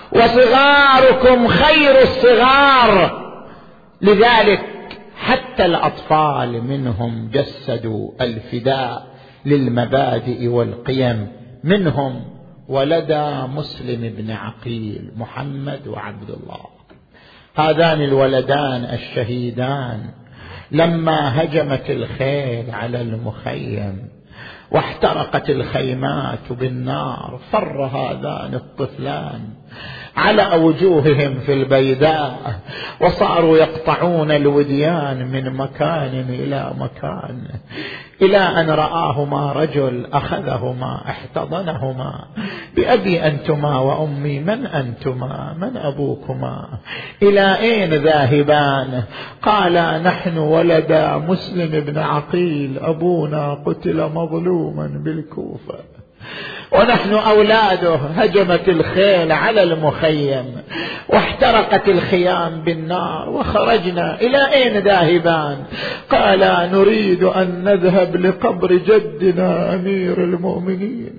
وصغاركم خير الصغار. لذلك حتى الأطفال منهم جسدوا الفداء للمبادئ والقيم. منهم ولدا مسلم بن عقيل، محمد وعبد الله، هذان الولدان الشهيدان لما هجمت الخيل على المخيم واحترقت الخيمات بالنار، فر هذان الطفلان على وجوههم في البيداء، وصاروا يقطعون الوديان من مكان إلى مكان، إلى أن رآهما رجل أخذهما احتضنهما. بأبي أنتما وأمي، من أنتما؟ من أبوكما؟ إلى أين ذاهبان؟ قال نحن ولدا مسلم بن عقيل، أبونا قتل مظلوما بالكوفة، ونحن أولاده هجمت الخيل على المخيم واحترقت الخيام بالنار وخرجنا. إلى أين ذاهبان؟ قال نريد أن نذهب لقبر جدنا أمير المؤمنين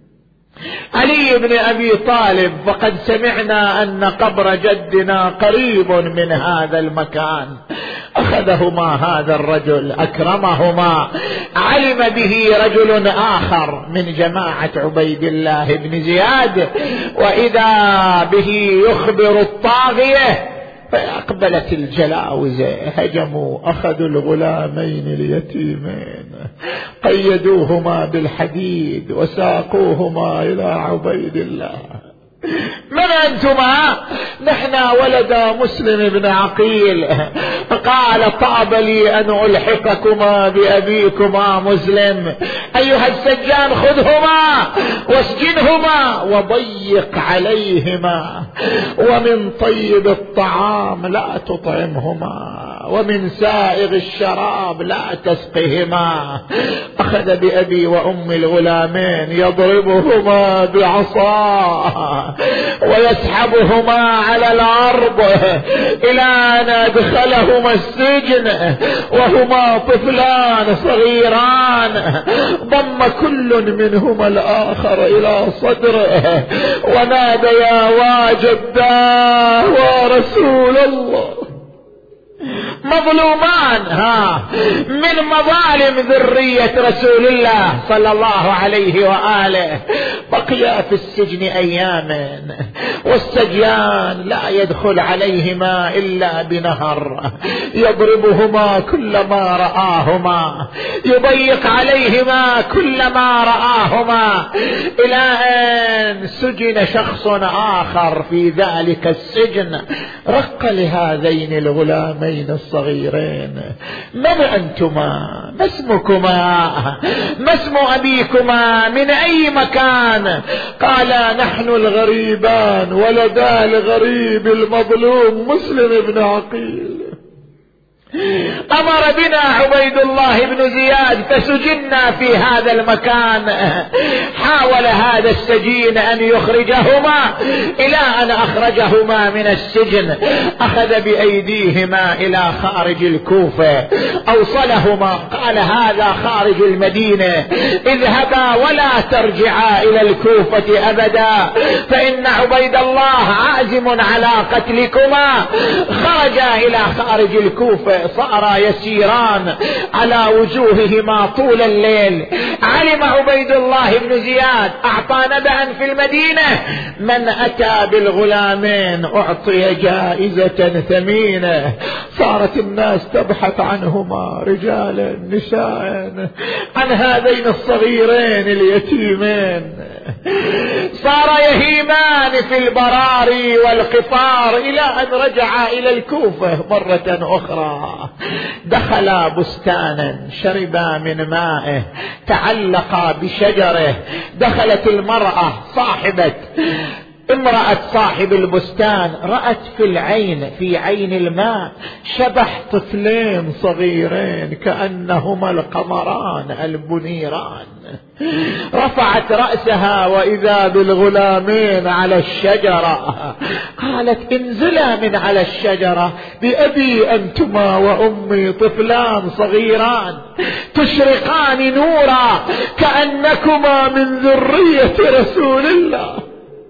علي بن أبي طالب، فقد سمعنا أن قبر جدنا قريب من هذا المكان. أخذهما هذا الرجل، أكرمهما، علم به رجل آخر من جماعة عبيد الله بن زياد، وإذا به يخبر الطاغية، فأقبلت الجلاوزة، هجموا، أخذوا الغلامين اليتيمين، قيدوهما بالحديد وساقوهما إلى عبيد الله. من أنتما؟ نحن ولدا مسلم بن عقيل. قال طاب لي أن ألحقكما بأبيكما مسلم، أيها السجان خذهما واسجنهما وضيق عليهما، ومن طيب الطعام لا تطعمهما، ومن سائغ الشراب لا تسقهما. أخذ بأبي وأم الغلامين يضربهما بعصاه ويسحبهما على الأرض إلى أن أدخلهما السجن وهما طفلان صغيران. ضم كل منهما الآخر إلى صدره ونادى يا واجداه ورسول الله. مظلومان من مظالم ذرية رسول الله صلى الله عليه وآله، بقيا في السجن أياما، والسجيان لا يدخل عليهما إلا بنهر، يضربهما كلما رآهما، يضيق عليهما كلما رآهما، إلى أن سجن شخص آخر في ذلك السجن. رق لهذين الغلامين الصغيرين من أنتما؟ ما اسمكما؟ ما اسم أبيكما؟ من أي مكان؟ قال نحن الغريبان ولدا الغريب المظلوم مسلم بن عقيل. أمر بنا عبيد الله بن زياد فسجنا في هذا المكان. حاول هذا السجين أن يخرجهما، إلى أن أخرجهما من السجن أخذ بأيديهما إلى خارج الكوفة، أوصلهما قال هذا خارج المدينة، اذهبا ولا ترجعا إلى الكوفة أبدا، فإن عبيد الله عازم على قتلكما. خرجا إلى خارج الكوفة، صارا يسيران على وجوههما طول الليل. علم عبيد الله بن زياد أعطى نبأ في المدينة من أتى بالغلامين أعطي جائزة ثمينة. صارت الناس تبحث عنهما، رجالا نساء، عن هذين الصغيرين اليتيمين. صار يهيمان في البراري والقطار إلى أن رجع إلى الكوفة مرة أخرى. دخلا بستانا، شربا من مائه، تعلقا بشجره. دخلت المرأة امرأة صاحب البستان، رأت في عين الماء شبح طفلين صغيرين كأنهما القمران البنيران. رفعت رأسها وإذا بالغلامين على الشجرة. قالت انزلا من على الشجرة، بأبي أنتما وأمي طفلان صغيران تشرقان نورا كأنكما من ذرية رسول الله.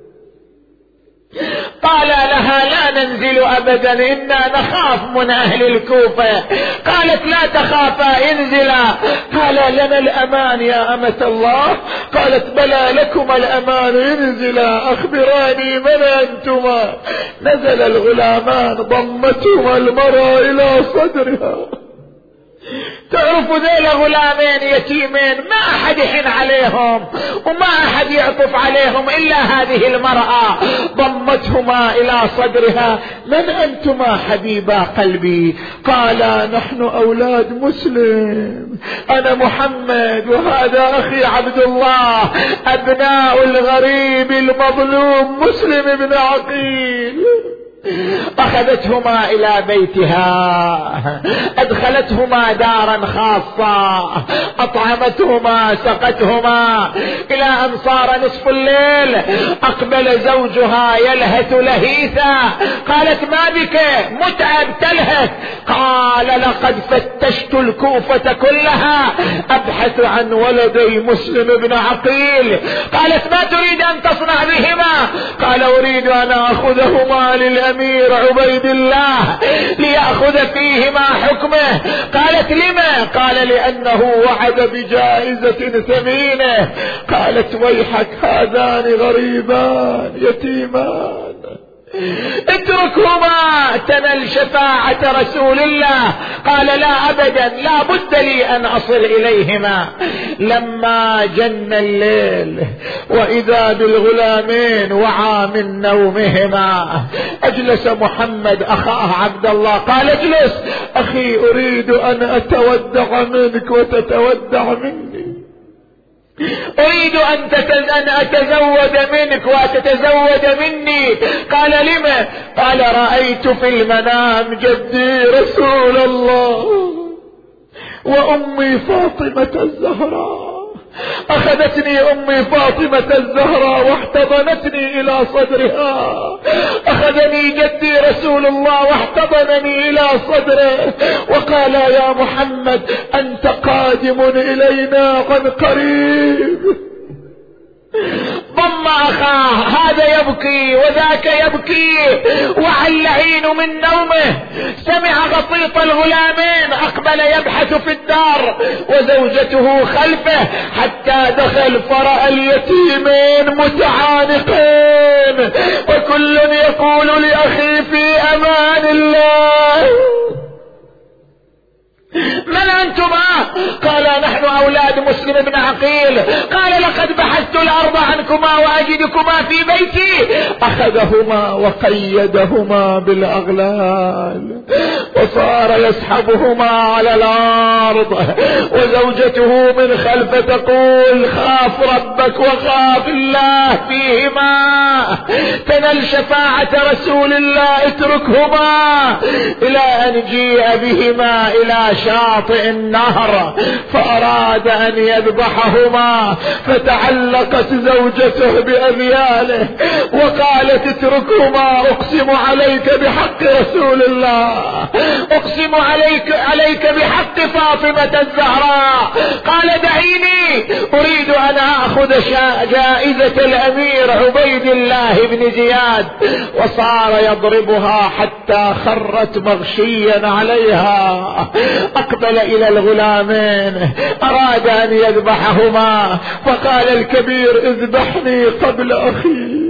قال لها لا ننزل أبدا، إنا نخاف من أهل الكوفة. قالت لا تخافا انزلا. قال لنا الأمان يا أمة الله. قالت بلى لكم الأمان، انزلا أخبراني من أنتما. نزل الغلامان، ضمتهما المرأة إلى صدرها. تعرفوا ذيل غلامين يتيمين ما أحد يحن عليهم وما أحد يعطف عليهم إلا هذه المرأة، ضمتهما إلى صدرها. من أنتما حبيبا قلبي؟ قال نحن أولاد مسلم، أنا محمد وهذا أخي عبد الله، أبناء الغريب المظلوم مسلم بن عقيل. أخذتهما إلى بيتها، أدخلتهما دارا خاصة، أطعمتهما، سقتهما، إلى أن صار نصف الليل. أقبل زوجها يلهث لهيثا. قالت ما بك؟ متعب تلهث. قال لقد فتشت الكوفة كلها أبحث عن ولدي مسلم بن عقيل. قالت ما تريد أن تصنع بهما؟ قال أريد أن أخذهما للأمير عبيد الله ليأخذ فيهما حكمه. قالت لما؟ قال لأنه وعد بجائزة ثمينة. قالت ويحك هذان غريبان يتيمان، اتركهما تنل شفاعة رسول الله. قال لا أبدا، لا بد لي أن أصل إليهما. لما جن الليل وإذا بالغلامين وعى من نومهما، أجلس محمد أخاه عبد الله. قال اجلس أخي، أريد أن أتودع منك وتتودع مني، أريد أن أتزود منك وتتزود مني. قال لما؟ قال رأيت في المنام جدي رسول الله وأمي فاطمة الزهراء. أخذتني أمي فاطمة الزهراء واحتضنتني إلى صدرها. أخذني جدي رسول الله واحتضنني إلى صدره وقال يا محمد أنت قادم إلينا عن قريب. ضم أخاه، هذا يبكي وذاك يبكي وعلعين من نومه. سمع غطيط الغلامين، أقبل يبحث في الدار وزوجته خلفه حتى دخل فرأى اليتيمين متعانقين وكل يقول لأخي في أمان الله. من أنتما؟ قال نحن أولاد مسلم بن عقيل. قال لقد بحثت الأرض عنكما وأجدكما في بيتي. أخذهما وقيدهما بالأغلال وصار يسحبهما على الأرض، وزوجته من خلف تقول خاف ربك وخاف الله فيهما، تنل شفاعة رسول الله، اتركهما، إلى أن جيء بهما إلى شاطئ النهر فأراد أن يذبحهما، فتعلقت زوجته بأذياله وقالت اتركهما، أقسم عليك بحق رسول الله، أقسم عليك بحق فاطمة الزهراء. قال دعيني أريد أن أخذ جائزة الأمير عبيد الله بن زياد. وصار يضربها حتى خرت مغشيا عليها. أقبل إلى الغلامين أراد أن يذبحهما، فقال الكبير اذبحني قبل أخي،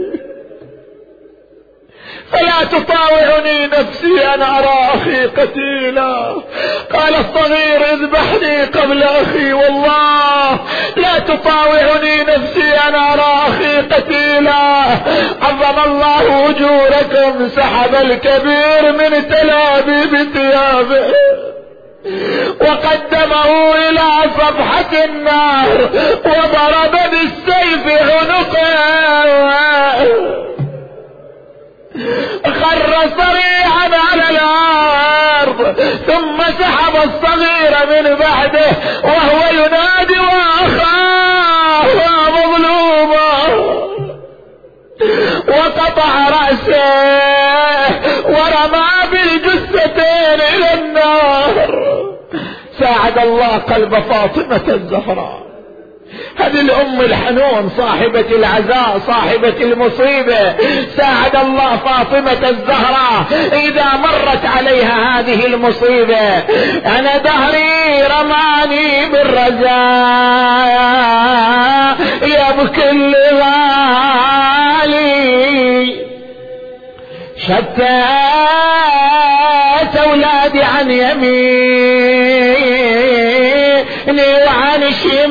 فلا تطاوعني نفسي أن أرى أخي قتيلا. قال الصغير اذبحني قبل أخي، والله لا تطاوعني نفسي أن أرى أخي قتيلا. عظم الله أجوركم. سحب الكبير من تلابيب ثيابه وقدمه إلى صفحة النار وضرب بالسيف عنقه، خر صريعا على الأرض، ثم سحب الصغير من بعده وهو ينادي وأخاه مظلوما، وقطع رأسه ورمى بالجثتين إلى النار. ساعد الله قلب فاطمة الزهراء، هذه الأم الحنون صاحبة العزاء صاحبة المصيبة. ساعد الله فاطمة الزهراء إذا مرت عليها هذه المصيبة. أنا دهري رماني بالرزاء يا بكل غالي، شتت أولادي عن يميني وعن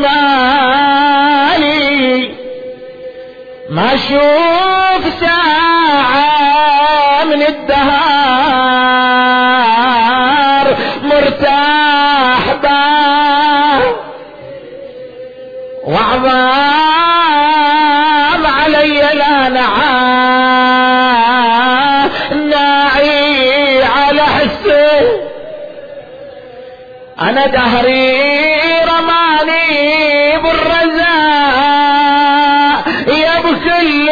شمالي، ما اشوف ساعة من الدهر مرتاح باه، وعظام علي لا ناعي على حسه. انا دهري رماني بالرزاء يا بكل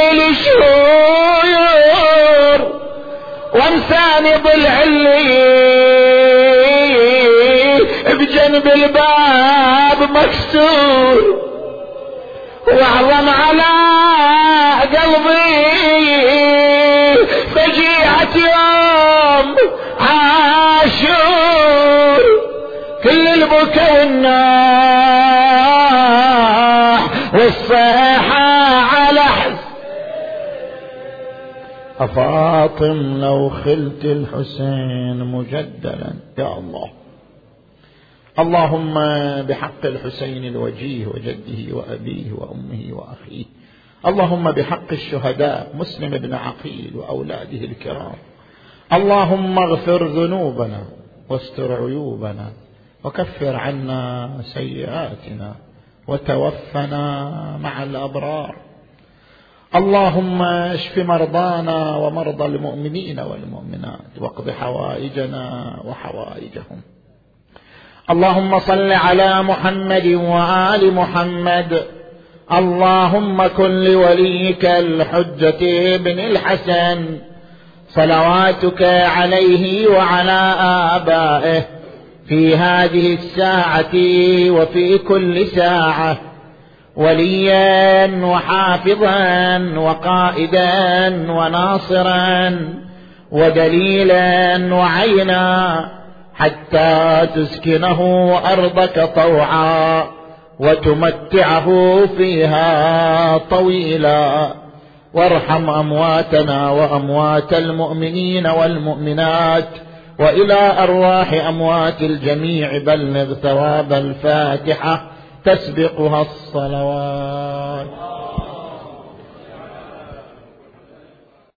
الشهور، وانساني ضلع اللي بجنب الباب مكسور، واعظم على قلبي فجيعة يوم عاشور، كل البكا والناح والصيحة على حس. أفاطم لو خلت الحسين مجدلا يا الله، اللهم بحق الحسين الوجيه وجده وأبيه وأمه وأخيه، اللهم بحق الشهداء مسلم بن عقيل وأولاده الكرام، اللهم اغفر ذنوبنا واستر عيوبنا وكفر عنا سيئاتنا وتوفنا مع الأبرار. اللهم اشف مرضانا ومرضى المؤمنين والمؤمنات واقض حوائجنا وحوائجهم. اللهم صل على محمد وآل محمد. اللهم كن لوليك الحجة بن الحسن صلواتك عليه وعلى آبائه في هذه الساعة وفي كل ساعة وليا وحافظا وقائدا وناصرا ودليلا وعينا، حتى تسكنه أرضك طوعا وتمتعه فيها طويلا. وارحم أمواتنا وأموات المؤمنين والمؤمنات، وإلى أرواح أموات الجميع بلغ ثواب الفاتحة تسبقها الصلوات.